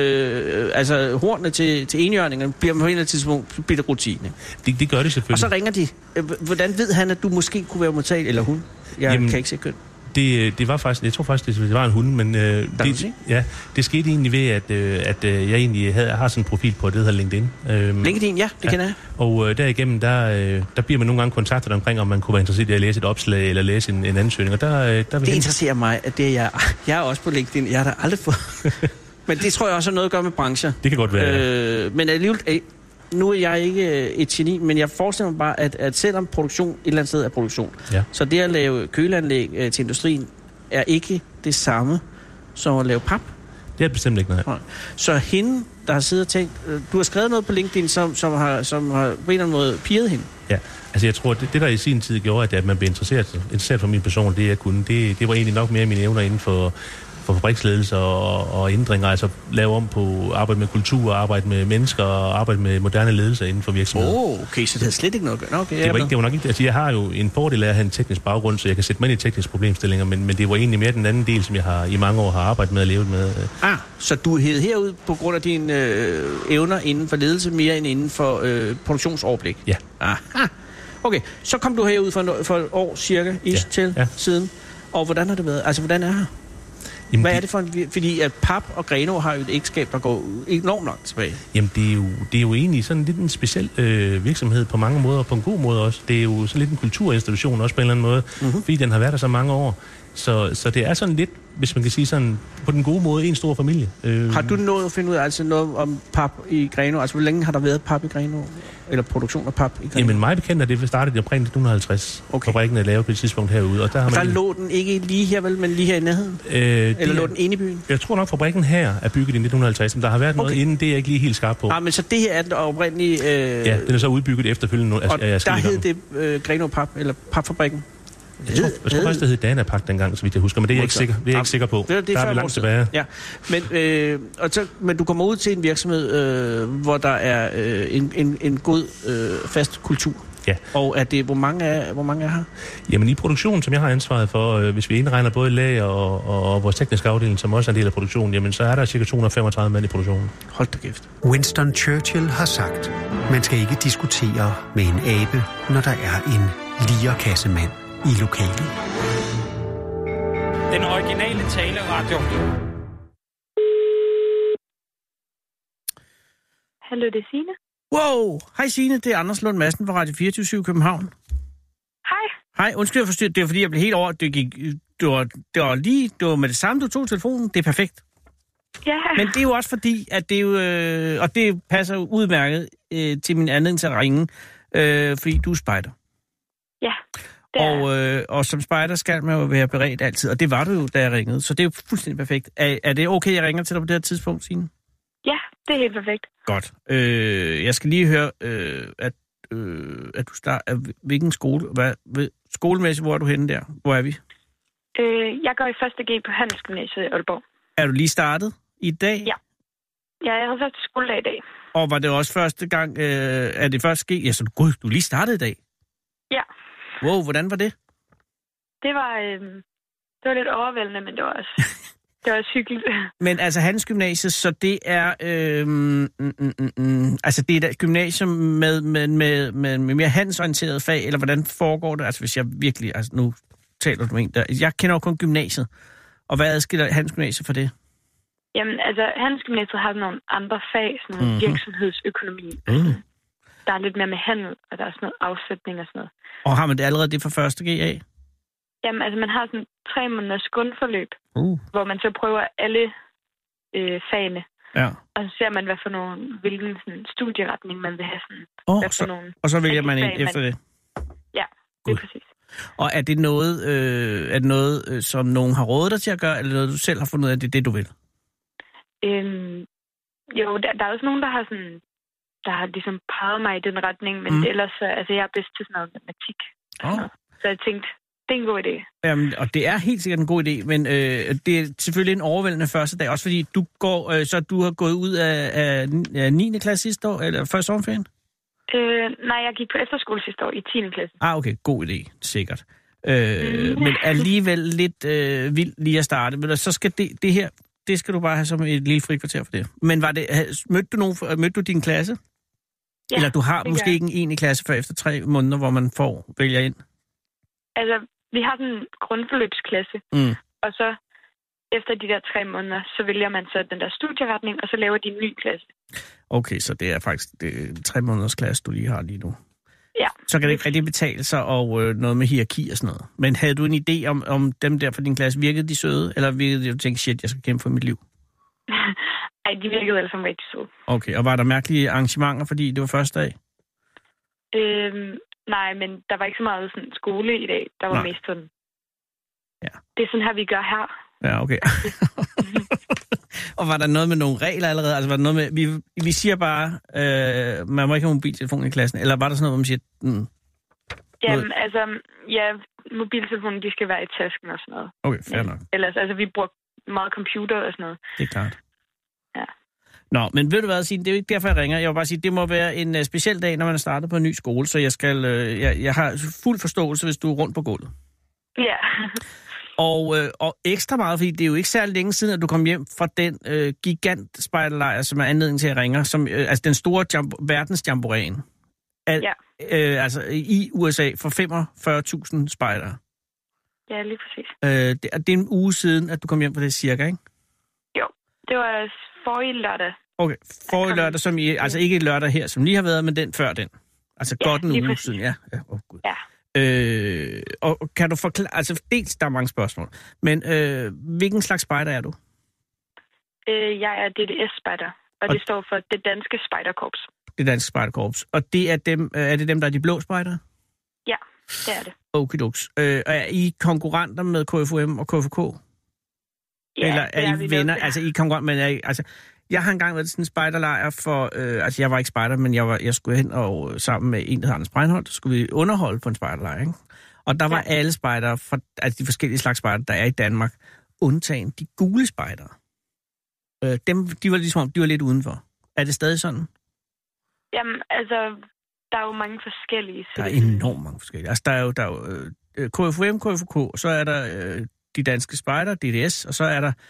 hornene til enhjørningerne, bliver man på en eller anden tidspunkt bliver det rutine. Det gør det selvfølgelig. Og så ringer de. Hvordan ved han, at du måske kunne være modtagelig, eller hun? Jeg kan ikke se køn. Det var faktisk, jeg tror faktisk, det var en hund, men det skete egentlig ved, at jeg egentlig har sådan en profil på det, der hedder LinkedIn. LinkedIn, ja, det kender jeg. Og derigennem, der bliver man nogle gange kontaktet omkring, om man kunne være interesseret i at læse et opslag eller læse en ansøgning. Og det interesserer mig, at det er jeg er også på LinkedIn. Jeg har da aldrig fået... Men det tror jeg også har noget at gøre med brancher. Det kan godt være. Men alligevel... Nu er jeg ikke et geni, men jeg forestiller mig bare, at selvom produktion et eller andet sted er produktion, så det at lave køleanlæg til industrien er ikke det samme som at lave pap. Det er bestemt ikke, nej. Så hende, der har siddet og tænkt... Du har skrevet noget på LinkedIn, som har på en eller anden måde pirret hende. Ja, altså jeg tror, det der i sin tid gjorde, at man blev interesseret for min person, det jeg kunne, det var egentlig nok mere mine evner inden for fabriksledelse og ændringer, altså lave om på arbejde med kultur, arbejde med mennesker og arbejde med moderne ledelse inden for virksomheden. Okay, så det havde slet ikke noget at gøre. Okay, det var nok ikke, altså jeg har jo en fordel af at have en teknisk baggrund, så jeg kan sætte mig ind i tekniske problemstillinger, men det var egentlig mere den anden del, som jeg i mange år har arbejdet med og levet med. Så du er hævet herud på grund af dine evner inden for ledelse, mere end inden for produktionsoverblik? Ja. Aha. Okay, så kom du herud for et år cirka siden. Og hvordan har det været? Altså, hvordan er her? Jamen, hvad er det for en... Fordi at Pap og Grenaa har jo et ægteskab, der går enormt langt tilbage. Jamen, det er jo egentlig sådan lidt en speciel virksomhed på mange måder, og på en god måde også. Det er jo sådan lidt en kulturinstitution også på en eller anden måde, fordi den har været der så mange år. Så det er sådan lidt, hvis man kan sige sådan, på den gode måde, en stor familie. Har du nået at finde ud af altså noget om Pap i Grenaa? Altså, hvor længe har der været Pap i Grenaa? Eller produktion af Pap i Grenaa? Jamen, mig bekendt er det startet i omkring 1950. Okay. Fabrikken er lavet på et tidspunkt herude. Og der lå den ikke lige her, vel, men lige her i nærheden? Eller lå den inde i byen? Jeg tror nok, fabrikken her er bygget i 1950, men der har været noget inden, det er jeg ikke lige helt skarp på. Men så det her er den oprindelige... Ja, den er så udbygget efterfølgende. Og der hed det Grenaa Pap, eller Papfabrikken? Jeg tror faktisk, det hed Danapak dengang, så vidt jeg husker, men det er jeg ikke sikker, det er jeg ikke sikker på. Det der er vi langt tilbage. Ja, men du kommer ud til en virksomhed, hvor der er en god fast kultur. Ja. Og hvor mange er her? Jamen i produktionen, som jeg har ansvaret for, hvis vi indregner både lager og vores tekniske afdeling, som også er en del af produktionen, jamen så er der ca. 235 mand i produktionen. Hold da kæft. Winston Churchill har sagt, man skal ikke diskutere med en abe, når der er en lierkassemand i lokalet. Den originale taleradio. Hallo, det er Signe. Wow! Hej Signe, det er Anders Lund Madsen fra Radio 24 København. Hej. Hej, undskyld, jeg forstyrrede. Det var fordi, jeg blev helt over. Det var med det samme, du tog telefonen. Det er perfekt. Ja. Men det er jo også fordi, at det er jo... og det passer jo udmærket til min anledning til at ringe, fordi du er spejder. Ja. Og som spejder skal man jo være beredt altid, og det var du jo, da jeg ringede, så det er jo fuldstændig perfekt. Er det okay, jeg ringer til dig på det her tidspunkt, Signe? Ja, det er helt perfekt. Godt. Jeg skal lige høre, at du starter... Hvilken skole? Skolemæssigt, hvor er du henne der? Hvor er vi? Jeg går i 1. G på Handelsgymnasiet i Aalborg. Er du lige startet i dag? Ja. Ja, jeg havde første skoledag i dag. Og var det også første gang... er det første G? Ja, så du lige startede i dag? Ja. Wow, hvordan var det? Det var lidt overvældende, men det var også hyggeligt. Men altså Handelsgymnasiet, så det er altså det er et gymnasium med mere handelsorienteret fag, eller hvordan foregår det? Altså hvis jeg virkelig, altså nu taler du med en der, jeg kender jo kun gymnasiet, og hvad adskiller Handelsgymnasiet for det? Jamen altså Handelsgymnasiet har nogle andre fag, sådan noget virksomhedsøkonomi. Der er lidt mere med handel, og der er sådan noget afsætning og sådan noget. Og har man det allerede det fra 1. G af? Jamen, altså man har sådan 3 måneders grundforløb, hvor man så prøver alle fagene. Ja. Og så ser man, hvilken sådan, studieretning man vil have. Sådan, og så vælger man ind efter det? Ja, det er præcis. Og er det noget, som nogen har rådet dig til at gøre, eller noget, du selv har fundet ud af, det du vil? Jo, der er også nogen, der har ligesom peget mig i den retning, men ellers, altså jeg er bedst til sådan noget matematik. Så jeg tænkte, det er en god idé. Jamen, og det er helt sikkert en god idé, men det er selvfølgelig en overvældende første dag, også fordi du har gået ud af 9. klasse sidste år, eller før sommerferien? Nej, jeg gik på efterskole sidste år i 10. klasse. Okay, god idé, sikkert. Men alligevel lidt vildt lige at starte, men så skal det her, det skal du bare have som et lille frikvarter for det. Men mødte du din klasse? Ja, eller du har måske ikke en klasse før efter 3 måneder, hvor man vælger ind? Altså, vi har sådan en grundforløbsklasse, og så efter de der 3 måneder, så vælger man så den der studieretning, og så laver de en ny klasse. Okay, så det er faktisk 3 måneders klasse, du lige har lige nu. Ja. Så kan det ikke rigtig betale sig, og noget med hierarki og sådan noget. Men havde du en idé om dem der fra din klasse? Virkede de søde, eller virkede de, du tænkte, shit, jeg skal kæmpe for mit liv? Ej, de virkede alle sammen rigtig søde. Okay, og var der mærkelige arrangementer, fordi det var første dag? Nej, men der var ikke så meget sådan skole i dag. Der var mest sådan... Ja. Det er sådan her, vi gør her. Ja, okay. Og var der noget med nogle regler allerede? Altså var der noget med, vi siger bare, man må ikke have mobiltelefon i klassen, eller var der sådan noget, hvor man siger... Jamen, altså, mobiltelefonen, de skal være i tasken og sådan noget. Okay, fair nok. Ellers, altså, vi bruger meget computer og sådan noget. Det er klart. Ja. Nå, men ved du hvad, Signe, det er jo ikke derfor, jeg ringer. Jeg vil bare sige, det må være en speciel dag, når man er startet på en ny skole, så jeg har fuld forståelse, hvis du er rundt på gulvet. Ja. Og ekstra meget, fordi det er jo ikke særlig længe siden, at du kom hjem fra den gigant-spejderlejr, som er anledning til, at jeg ringer, altså den store verdensjamboræen. Ja. Altså i USA for 45.000 spejdere. Ja, lige præcis. Det er en uge siden, at du kom hjem fra det cirka, ikke? Jo, det var forrige lørdag. Okay, forrige lørdag, som I, altså ikke lørdag her, som lige har været, men den før den. Altså godt en uge siden, ja. Gud. Ja. Og kan du forklare, altså dels der er mange spørgsmål, men hvilken slags spejder er du? Jeg er DDS-spejder, og det står for det danske spejderkorps. Det danske spejderkorps. Og det er det dem, der er de blå spejdere? Ja, det er det. Okidoks. Er I konkurrenter med KFUM og KFK? Ja, eller er I venner? Ved. Altså I konkurrenter, men jeg har engang været sådan en spejderlejr for, altså jeg var ikke spejder, men jeg skulle hen og sammen med en, der hedder Anders Breinholt, skulle vi underholde på en spejderlejr, ikke? Og der var alle spejdere, altså de forskellige slags spejdere, der er i Danmark, undtagen de gule spejdere. De var ligesom, de var lidt udenfor. Er det stadig sådan? Jamen, altså, der er jo mange forskellige. Der er enormt mange forskellige. Altså, der er jo KFUM, KFK, så er der de danske spejder, DDS, og så er der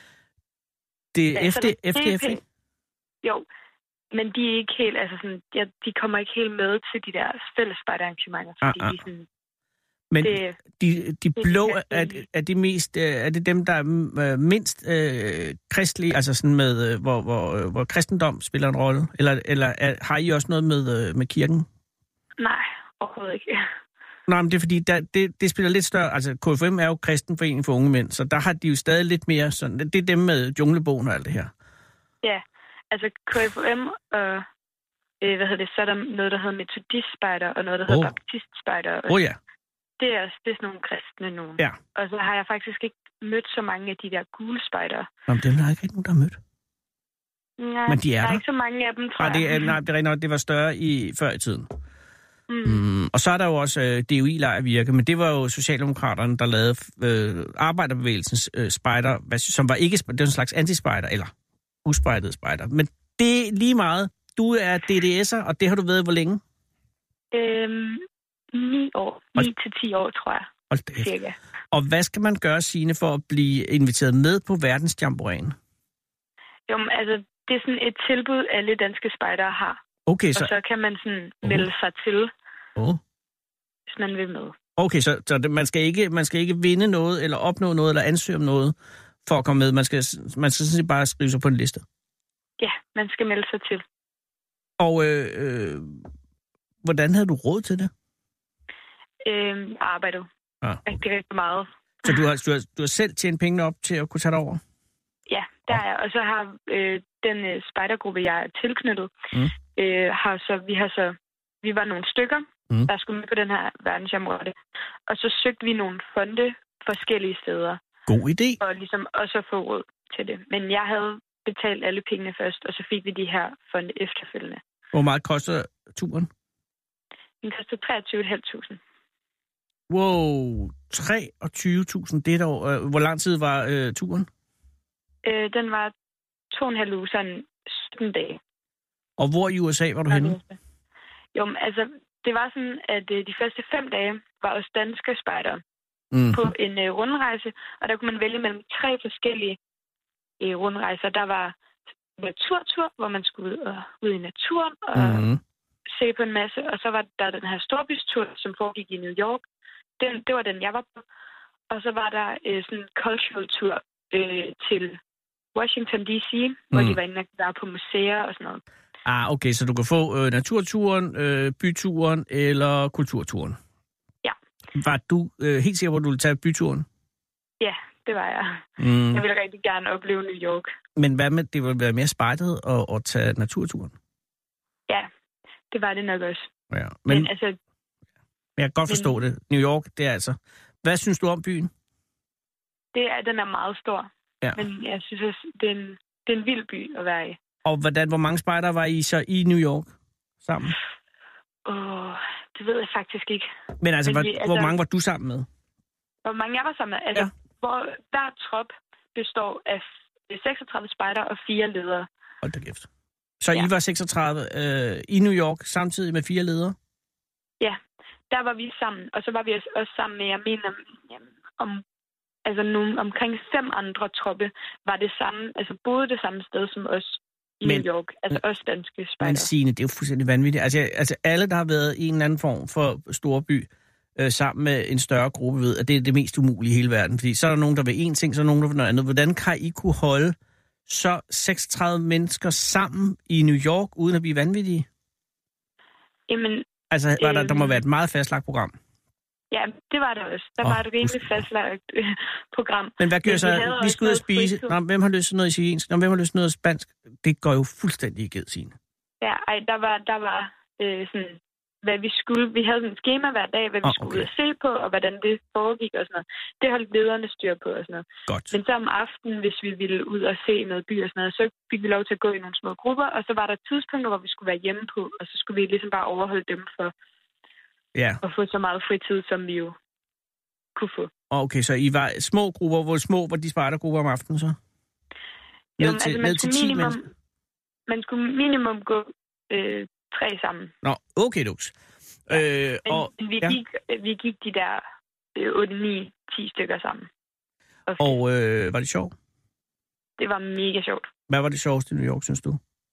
FDF. Jo, men de er ikke helt, altså sådan, de kommer ikke helt med til de der fælles spejderarrangementer, fordi de sådan... Men de blå, er de mest, er det dem, der er mindst kristelige, altså sådan med, hvor kristendom spiller en rolle? Eller har I også noget med kirken? Nej, overhovedet ikke. Nej, men det er fordi, det spiller lidt større, altså KFUM er jo kristenforening for unge mænd, så der har de jo stadig lidt mere sådan, det er dem med junglebogen og alt det her. Ja, altså KFUM og, så er der noget, der hedder metodistspejder, og noget, der hedder baptistspejder. Ja. Det er sådan nogle kristne nogen. Ja. Og så har jeg faktisk ikke mødt så mange af de der gule spejdere. Nå, men dem er ikke nogen, der har mødt. Nej, men de er der er ikke så mange af dem, tror jeg. Nej, det er rigtigt, det var større før i tiden. Og så er der jo også DOI-lejr virke, men det var jo Socialdemokraterne, der lavede arbejderbevægelsens spejder, som var ikke, det var en slags antispejder, eller uspejdede spejder. Men det er lige meget. Du er DDS'er, og det har du været hvor længe? 9 år. 9 til 10 år, tror jeg. Cirka. Og hvad skal man gøre, Signe, for at blive inviteret med på verdensjamboræen? Jo, altså, det er sådan et tilbud, alle danske spejdere har. Okay, så... Og så kan man sådan melde sig til, hvis man vil med. Okay, så man skal ikke vinde noget, eller opnå noget, eller ansøge om noget, for at komme med. Man skal sådan set bare skrive sig på en liste. Ja, man skal melde sig til. Og hvordan havde du råd til det? Arbejdet. Rigtig meget. Så du har selv tjent pengene op til at kunne tage det over? Ja, der er. Og så har den spejdergruppe, jeg er tilknyttet, vi var nogle stykker, der skulle med på den her verdensjamboræe. Og så søgte vi nogle fonde forskellige steder. God idé. Og ligesom også få råd til det. Men jeg havde betalt alle pengene først, og så fik vi de her fonde efterfølgende. Hvor meget koster turen? Den koster 23.500. Wow, 23.000 det år. Hvor lang tid var turen? Den var 2,5 uger, sådan 17 dage. Og hvor i USA var du henne? Jo, altså, det var sådan, at de første 5 dage var også danske spejdere på en rundrejse, og der kunne man vælge mellem 3 forskellige rundrejser. Der var naturtur, hvor man skulle ud i naturen og se på en masse, og så var der den her storbystur, som foregik i New York. Det var den, jeg var på. Og så var der sådan en cultural tour til Washington D.C., hvor de var inde der på museer og sådan noget. Okay, så du kan få naturturen, byturen eller kulturturen? Ja. Var du helt sikker på, at du ville tage byturen? Ja, det var jeg. Jeg ville rigtig gerne opleve New York. Men hvad med, det ville være mere spejdet at tage naturturen? Ja, det var det nok også. Ja, men altså... Jeg kan godt forstå det. New York, det er altså... Hvad synes du om byen? Den er meget stor. Ja. Men jeg synes også, det det er en vild by at være i. Og hvor mange spejdere var I så i New York sammen? Det ved jeg faktisk ikke. Men altså, hvor mange var du sammen med? Hvor mange jeg var sammen med? Altså, hvor hver trop består af 36 spejdere og 4 ledere. Hold da kæft. Så I var 36 i New York samtidig med 4 ledere? Ja, der var vi sammen. Og så var vi også sammen med, jeg mener, omkring 5 andre troppe var det samme, altså boede det samme sted som os i New York. Altså også danske spejdere. Men Signe, det er jo fuldstændig vanvittigt. Altså alle, der har været i en eller anden form for storby sammen med en større gruppe, ved, at det er det mest umulige i hele verden. Fordi så er der nogen, der vil en ting, så er der nogen, der vil noget andet. Hvordan kan I kunne holde så 36 mennesker sammen i New York, uden at blive vanvittige? Jamen... Altså, der må være et meget fastlagt program. Ja, det var der også. Der var et rimelig fastlagt program. Men hvad gør så? Vi skal ud og spise. Nå, hvem har lyst til noget italiensk? Nå, hvem har lyst til noget spansk? Det går jo fuldstændig i ged, Signe. Ja, der var sådan, hvad vi skulle. Vi havde sådan et schema hver dag, hvad vi skulle ud og se på, og hvordan det foregik og sådan noget. Det holdt lederne styr på og sådan noget. Godt. Men så om aftenen, hvis vi ville ud og se noget by og sådan noget, så fik vi lov til at gå i nogle små grupper, og så var der tidspunkter, hvor vi skulle være hjemme på, og så skulle vi ligesom bare overholde dem for at få så meget fritid, som vi jo kunne få. Okay, så I var små grupper. Hvor små var de spejdergrupper om aftenen så? Ned til 10 mennesker? Man skulle minimum gå 3 sammen. Nå, okay, Lux. Vi gik de der 8, 9, 10 stykker sammen. Og var det sjovt? Det var mega sjovt. Hvad var det sjoveste i New York, synes du?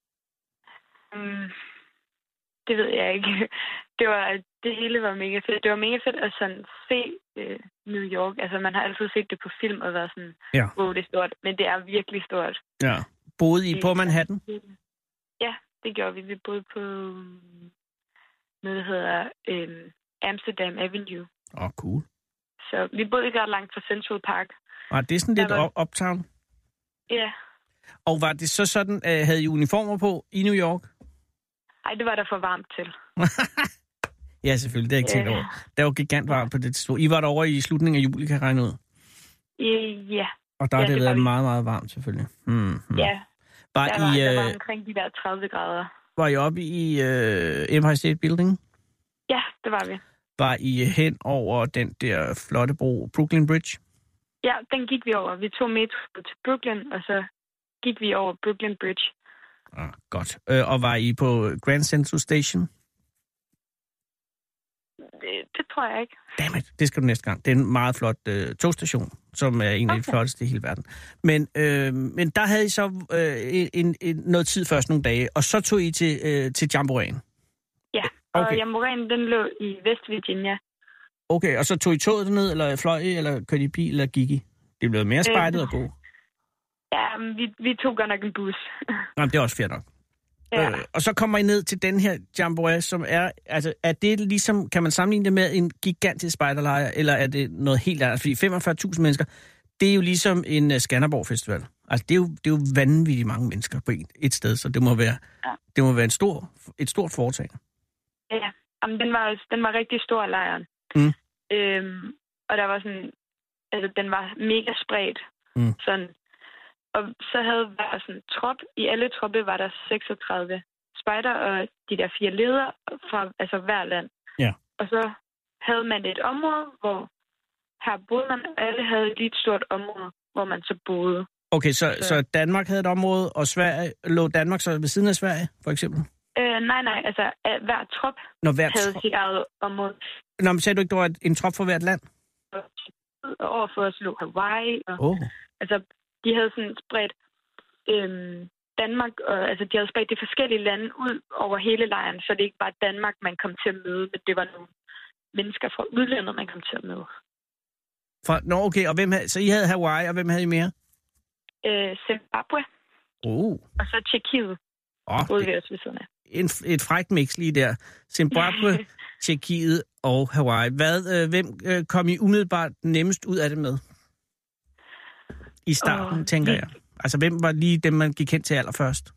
Det ved jeg ikke. Det hele var mega fedt. Det var mega fedt at sådan se New York. Altså, man har altid set det på film og været sådan, det er stort. Men det er virkelig stort. Ja. Boede I på Manhattan? Ja, det gjorde vi. Vi boede på noget, der hedder Amsterdam Avenue. Cool. Så vi boede ikke ret langt fra Central Park. Det er sådan lidt uptown? Ja. Og var det så sådan, havde I uniformer på i New York? Nej, det var der for varmt til. Ja, selvfølgelig. Det er ikke tænkt over. Der var gigant varmt på det tidspunkt. I var derovre i slutningen af juli, kan jeg regne ud? Ja. Og der har det været meget, meget varmt, selvfølgelig. Ja. Der var omkring de der 30 grader. Var I oppe i Empire State Building? Ja, det var vi. Var I hen over den der flotte bro, Brooklyn Bridge? Ja, den gik vi over. Vi tog metro til Brooklyn, og så gik vi over Brooklyn Bridge. Godt. Og var I på Grand Central Station? Det tror jeg ikke. Dammit, det skal du næste gang. Det er en meget flot togstation, som er en af de flotteste i hele verden. Men der havde I så noget tid først, nogle dage, og så tog I til Jamboreen? Ja, og Jamboreen, den lå i West Virginia. Okay, og så tog I toget derned, eller fløj I, eller kørte I bil, eller gik I? Det blev mere spejdet at gå. Ja, vi tog godt nok en bus. Jamen, det er også fair nok. Ja. Og så kommer I ned til den her Jamboree, som er det ligesom, kan man sammenligne det med en gigantisk spejderlejr, eller er det noget helt andet? Fordi 45.000 mennesker, det er jo ligesom en Skanderborg Festival. Altså, det er jo vanvittigt mange mennesker på et sted, så det må være et stort foretagende. Ja, jamen, den var rigtig stor, lejren. Og der var sådan, altså, den var mega spredt. Sådan. Og så havde der sådan trop. I alle troppe var der 36 spejder og de der 4 ledere fra hver land. Ja. Og så havde man et område, hvor her boede man, alle havde lige et stort område, hvor man så boede. Okay, så Danmark havde et område, og Sverige, lå Danmark så ved siden af Sverige, for eksempel? Nej, altså hver trop havde sit eget område. Nå, men sagde du ikke, der var en trop for hvert land? Og overfor os lå Hawaii. Og, altså, de havde sådan spredt Danmark, og altså de havde spredt de forskellige lande ud over hele lejren, så det ikke var Danmark, man kom til at møde, men det var nogle mennesker fra udlandet, man kom til at møde. Okay, og så I havde Hawaii, og hvem havde I mere? Zimbabwe. Og så Tjekkiet. Boede vi også ved siden af. Et frækt mix lige der. Zimbabwe, Tjekkiet og Hawaii. Hvem kom I umiddelbart nemmest ud af det med? I starten, tænker jeg. Altså, hvem var lige dem, man gik hen til allerførst?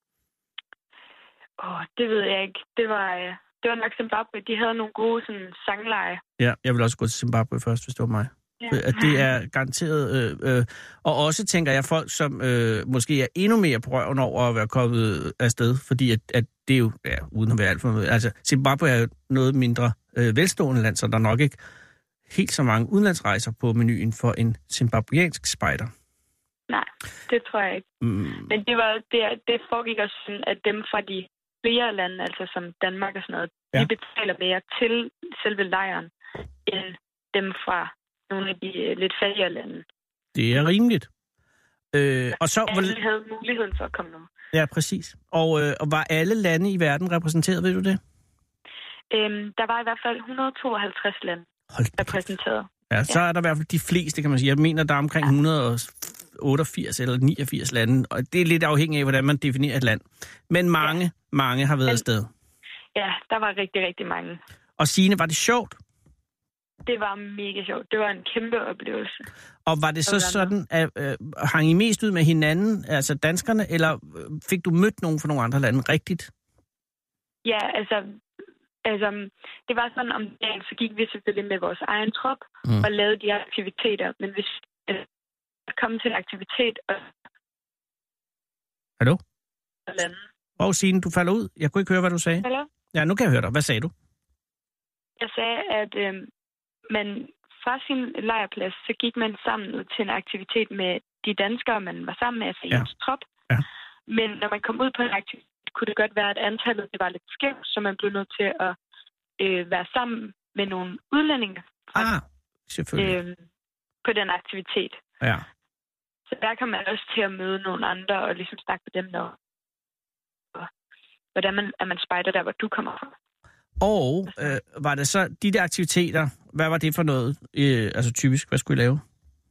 Det ved jeg ikke. Det var nok Zimbabwe. De havde nogle gode sådan, sangleje. Ja, jeg vil også gå til Zimbabwe først, hvis det var mig. Ja. At det er garanteret... og også tænker jeg folk, som måske er endnu mere på røven over at være kommet afsted, fordi at det er jo, uden at være alt for noget... Altså, Zimbabwe er jo noget mindre velstående land, så der er nok ikke helt så mange udenlandsrejser på menuen for en zimbabwiansk spejder. Nej, det tror jeg ikke. Men det foregik også sådan, at dem fra de flere lande, altså som Danmark og sådan noget, de betaler mere til selve lejren, end dem fra nogle af de lidt fattigere lande. Det er rimeligt. Og så alle havde muligheden for at komme nu. Ja, præcis. Og var alle lande i verden repræsenteret, ved du det? Der var i hvert fald 152 lande repræsenteret. Ja, så er der i hvert fald de fleste, kan man sige. Jeg mener, der er omkring 188 eller 89 lande, og det er lidt afhængigt af, hvordan man definerer et land. Men mange har været afsted. Ja, der var rigtig, rigtig mange. Og Signe, var det sjovt? Det var mega sjovt. Det var en kæmpe oplevelse. Og var det så sådan, at hang I mest ud med hinanden, altså danskerne, eller fik du mødt nogen fra nogle andre lande rigtigt? Ja, altså det var sådan, om dagen, så gik vi selvfølgelig med vores egen trop og lavede de her aktiviteter. Men hvis kom til en aktivitet og... Hallo? Signe, du falder ud. Jeg kunne ikke høre, hvad du sagde. Hallo? Ja, nu kan jeg høre dig. Hvad sagde du? Jeg sagde, at man fra sin lejrplads, så gik man sammen ud til en aktivitet med de danskere, man var sammen med, altså ens trop. Ja. Men når man kom ud på en aktivitet, kunne det godt være, at antallet det var lidt skævt, så man blev nødt til at være sammen med nogle udlændinge selvfølgelig. På den aktivitet. Ja. Så der kan man også til at møde nogle andre og ligesom snakke med dem, og hvordan man spejder der, hvor du kommer fra. Og var det så de der aktiviteter, hvad var det for noget? Altså typisk, hvad skulle I lave?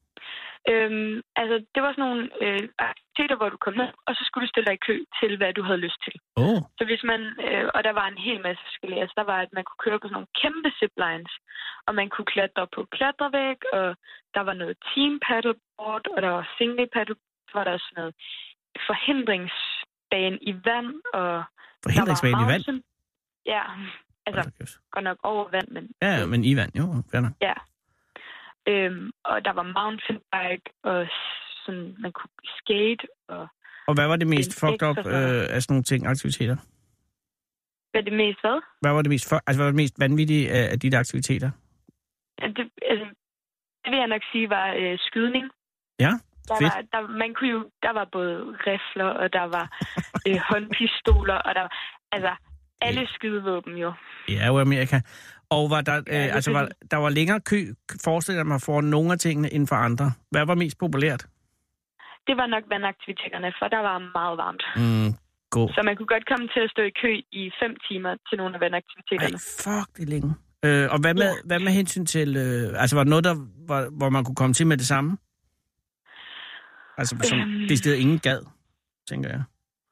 Altså, det var sådan nogle aktiviteter, hvor du kom ned, og så skulle du stille dig i kø til, hvad du havde lyst til. Så hvis man, og der var en hel masse forskellige, altså der var, at man kunne køre på sådan nogle kæmpe ziplines, og man kunne klatre på klatrevæg, og der var noget team paddleboard, og der var single paddleboard, så var der sådan noget forhindringsbane i vand, og forhindringsbane i vand? Ja, altså godt nok over vand, men... Ja, men i vand, jo, fair. Ja. Og der var mountainbike, og sådan, man kunne skate. Og hvad var det mest fucked up af sådan nogle ting, aktiviteter? Hvad det mest hvad? Hvad var det mest vanvittige af de der aktiviteter? Ja, det vil jeg nok sige var skydning. Ja, der var både rifler, og der var håndpistoler, og der var alle skydevåben jo. Ja, jo Amerika. Og var der, der var længere kø, forestiller mig, for nogle af tingene end for andre. Hvad var mest populært? Det var nok vandaktiviteterne, for der var meget varmt. God. Så man kunne godt komme til at stå i kø i 5 timer til nogle af vandaktiviteterne. Fuck, det er længe. Og hvad med hensyn til... var det noget, hvor man kunne komme til med det samme? Altså, som det sted ingen gad, tænker jeg.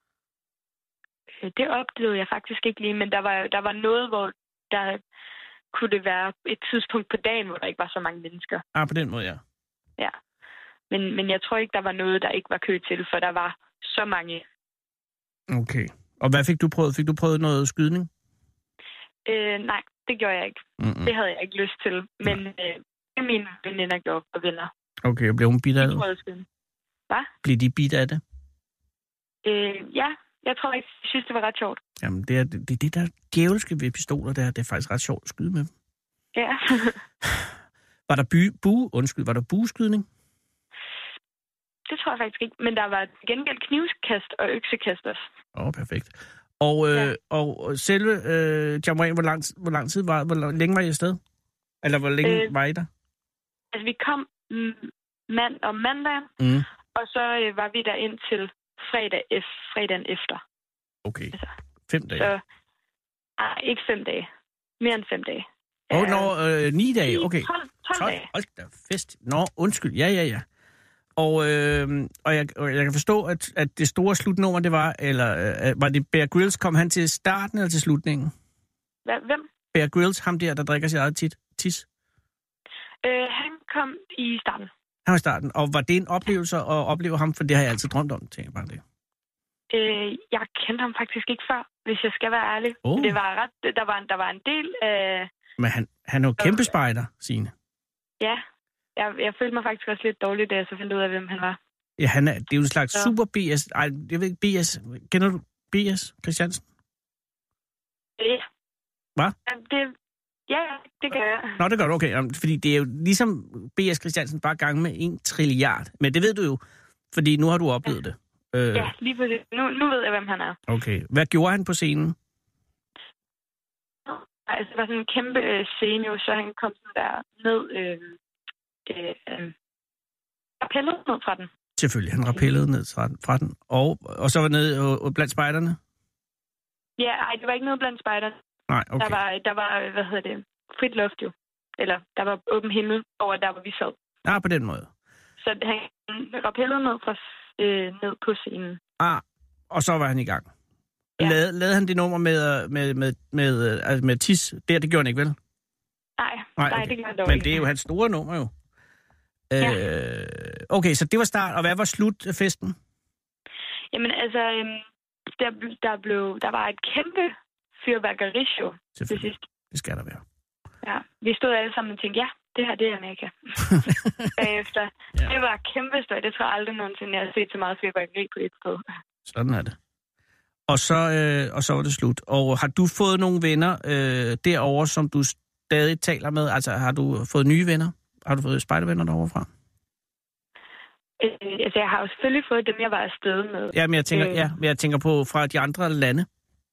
Det oplevede jeg faktisk ikke lige, men der var noget, hvor der kunne det være et tidspunkt på dagen, hvor der ikke var så mange mennesker. På den måde, ja. Ja. Men jeg tror ikke, der var noget, der ikke var kø til, for der var så mange. Okay. Og hvad fik du prøvet? Fik du prøvet noget skydning? Nej, det gjorde jeg ikke. Det havde jeg ikke lyst til. Men mine veninder gjorde og venner. Okay, og blev hun bidt af det? Hvad? Blev de bidt af det? Ja. Jeg tror ikke, jeg synes, det var ret sjovt. Jamen, det er det der djævelske ved pistoler, det er faktisk ret sjovt at skyde med dem. Ja. Var der bueskydning? Det tror jeg faktisk ikke, men der var til gengæld knivskast og øksekast også. Perfekt. Og selve Jamboree, hvor længe var I afsted? Eller hvor længe var I der? Altså, vi kom om mandagen, og så var vi der ind til fredagen efter. Okay. 5 dage? Så, ikke 5 dage. Mere end 5 dage. 9 dage, okay. 12 dage. Hold da fest. Undskyld. Ja. Og jeg kan forstå, at det store slutnummer, det var, eller var det Bear Grylls, kom han til starten eller til slutningen? Hvem? Bear Grylls, ham der drikker sit eget tis? Han kom i starten. Han var i starten. Og var det en oplevelse at opleve ham? For det har jeg altid drømt om, tænker jeg bare det. Jeg kendte ham faktisk ikke før, hvis jeg skal være ærlig. Det var der var en del af... Men han er jo kæmpe spejder, Signe. Ja. Jeg følte mig faktisk også lidt dårligt, da jeg så fandt ud af, hvem han var. Ja, det er jo en slags super BS. Ej, jeg ved ikke, BS. Kender du BS Christiansen? Ja. Hvad? Ja, det gør jeg. Nå, det gør du, okay. Fordi det er jo ligesom B.S. Christiansen bare gange med 1 trilliard. Men det ved du jo, fordi nu har du oplevet det. Ja, lige præcis. Nu ved jeg, hvem han er. Okay. Hvad gjorde han på scenen? Altså, det var sådan en kæmpe scene, jo, så han kom sådan der ned, rappellede ned fra den. Selvfølgelig, han rappellede ned fra den. Og så var nede blandt spejderne? Ja, det var ikke nede blandt spejderne. Nej, okay. Der var, frit luft jo. Eller der var åben himmel over der, hvor vi sad. Ja, på den måde. Så han rappellede ned på scenen. Og så var han i gang. Ja. Lavede han det nummer med tis? Det gjorde han ikke, vel? Nej, okay. Det gjorde han dog Men ikke. det er jo hans store nummer, jo. Ja. Okay, så det var start. Og hvad var slut af festen? Jamen, altså, der var et kæmpe fyrværkerishow til sidst. Det skal der være. Ja, vi stod alle sammen og tænkte, det her, det er Amerika. Bagefter. Ja. Det var kæmpe støj. Det tror jeg aldrig nogensinde, jeg har set så meget fyrværkeri på et sted. Sådan er det. Og så var det slut. Og har du fået nogle venner derovre, som du stadig taler med? Altså, har du fået nye venner? Har du fået spejdervenner derovre fra? Altså, jeg har jo selvfølgelig fået dem, jeg var afsted med. Ja, men jeg tænker på fra de andre lande.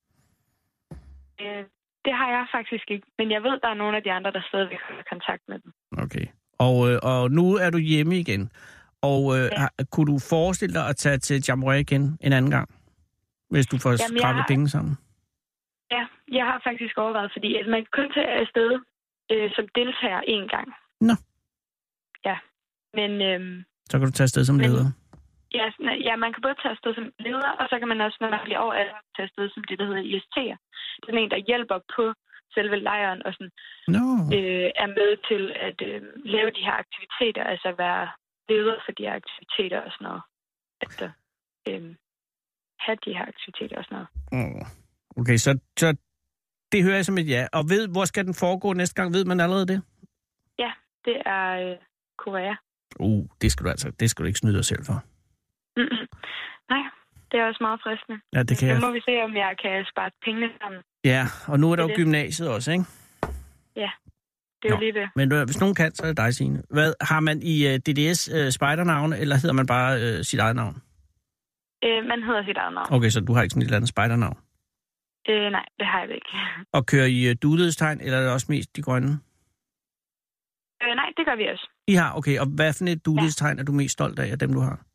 Det har jeg faktisk ikke. Men jeg ved, der er nogle af de andre, der stadigvæk har kontakt med dem. Okay. Og nu er du hjemme igen. Og kunne du forestille dig at tage til Jamboree igen en anden gang? Hvis du får skrabet penge sammen? Ja, jeg har faktisk overvejet, fordi at man kan kun tage afsted som deltager én gang. Nå. Ja, men... så kan du tage afsted som leder? Ja, man kan både tage afsted som leder, og så kan man også, når man bliver over, tage afsted som det, der hedder IST'er. Det er en, der hjælper på selve lejren og sådan, er med til at lave de her aktiviteter, altså være leder for de her aktiviteter og sådan noget. Altså, have de her aktiviteter og sådan noget. Okay, så det hører jeg som et ja. Og hvor skal den foregå næste gang? Ved man allerede det? Ja, det er Korea. Det skal du ikke snyde dig selv for. Nej, det er også meget fristende. Ja, det kan Så må vi se, om jeg kan spare pengene sammen. Ja, og nu er der jo gymnasiet også, ikke? Ja, det er jo lige det. Men hvis nogen kan, så er det dig, Signe. Hvad har man i DDS spejdernavne, eller hedder man bare sit eget navn? Man hedder sit eget navn. Okay, så du har ikke sådan et eller andet spejdernavn? Nej, det har jeg ikke. Og kører I duelighedstegn, eller er det også mest de grønne? Nej, det gør vi også. I har, okay. Og hvad for et duelighedstegn er du mest stolt af dem, du har?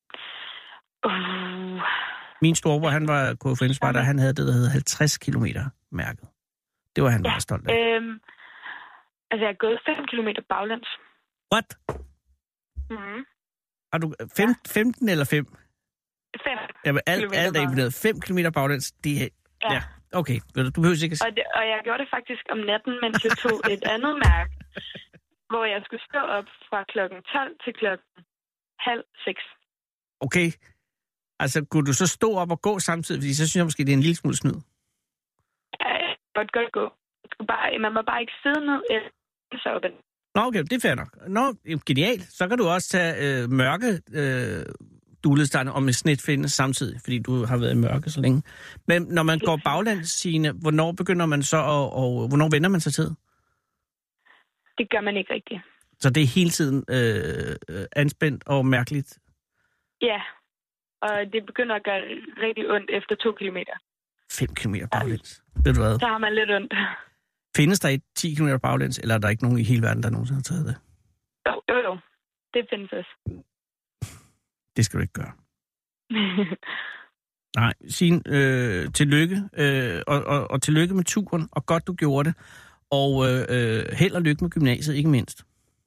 Min storebror, han var KFN-spejder, han havde det, der hedder 50 kilometer mærket. Det var han meget stolt af. Altså, jeg har gået 5 kilometer baglæns. What? Mhm. Har du 15 eller 5? 5 Jamen, alt er imponeret. 5 kilometer baglæns, det er... Ja. Okay, du behøver ikke... Og jeg gjorde det faktisk om natten, mens jeg tog et andet mærke, hvor jeg skulle stå op fra klokken 12 til klokken 5:30. Okay. Altså, kunne du så stå op og gå samtidig? Fordi så synes jeg måske, det er en lille smule snyd. Ja, jeg kan godt gå. Man må bare ikke sidde ned eller så op. Nå, okay, det er fair nok. Nå, genialt. Så kan du også tage mørke duelighedstegn og med snit findes samtidig, fordi du har været i mørke så længe. Men når man går baglands, Signe, hvornår begynder man så, og hvornår vender man sig til? Det gør man ikke rigtigt. Så det er hele tiden anspændt og mærkeligt? Ja, og det begynder at gøre rigtig ondt efter 2 kilometer. 5 kilometer baglæns? Ved du hvad? Så har man lidt ondt. Findes der 10 kilometer baglæns, eller er der ikke nogen i hele verden, der nogensinde har taget det? Jo. Det findes også. Det skal du ikke gøre. Nej, Signe, tillykke. Og tillykke med turen, og godt du gjorde det. Og held og lykke med gymnasiet, ikke mindst.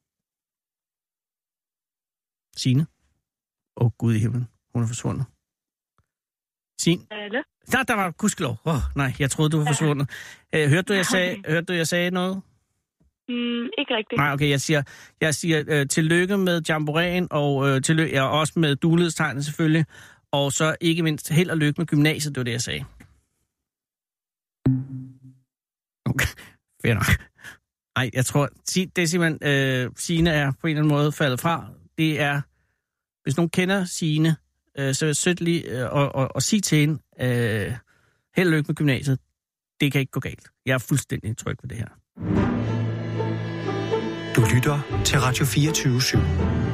Signe? Gud i himlen. Hun er forsvundet. Signe? Hallo? Nej, der var gudskelov. Nej, jeg troede, du var forsvundet. Hørte du, jeg sagde noget? Ikke rigtigt. Nej, okay, jeg siger tillykke med Jamboreen, og tillykke også med duelighedstegnet selvfølgelig. Og så ikke mindst held og lykke med gymnasiet, det var det, jeg sagde. Okay, fair nok. Nej, jeg tror, det er simpelthen, Signe er på en eller anden måde faldet fra. Det er, hvis nogen kender Signe, så er det sødt lige at sige til hende, held og lykke med gymnasiet. Det kan ikke gå galt. Jeg er fuldstændig tryg ved det her. Du lytter til Radio 24/7.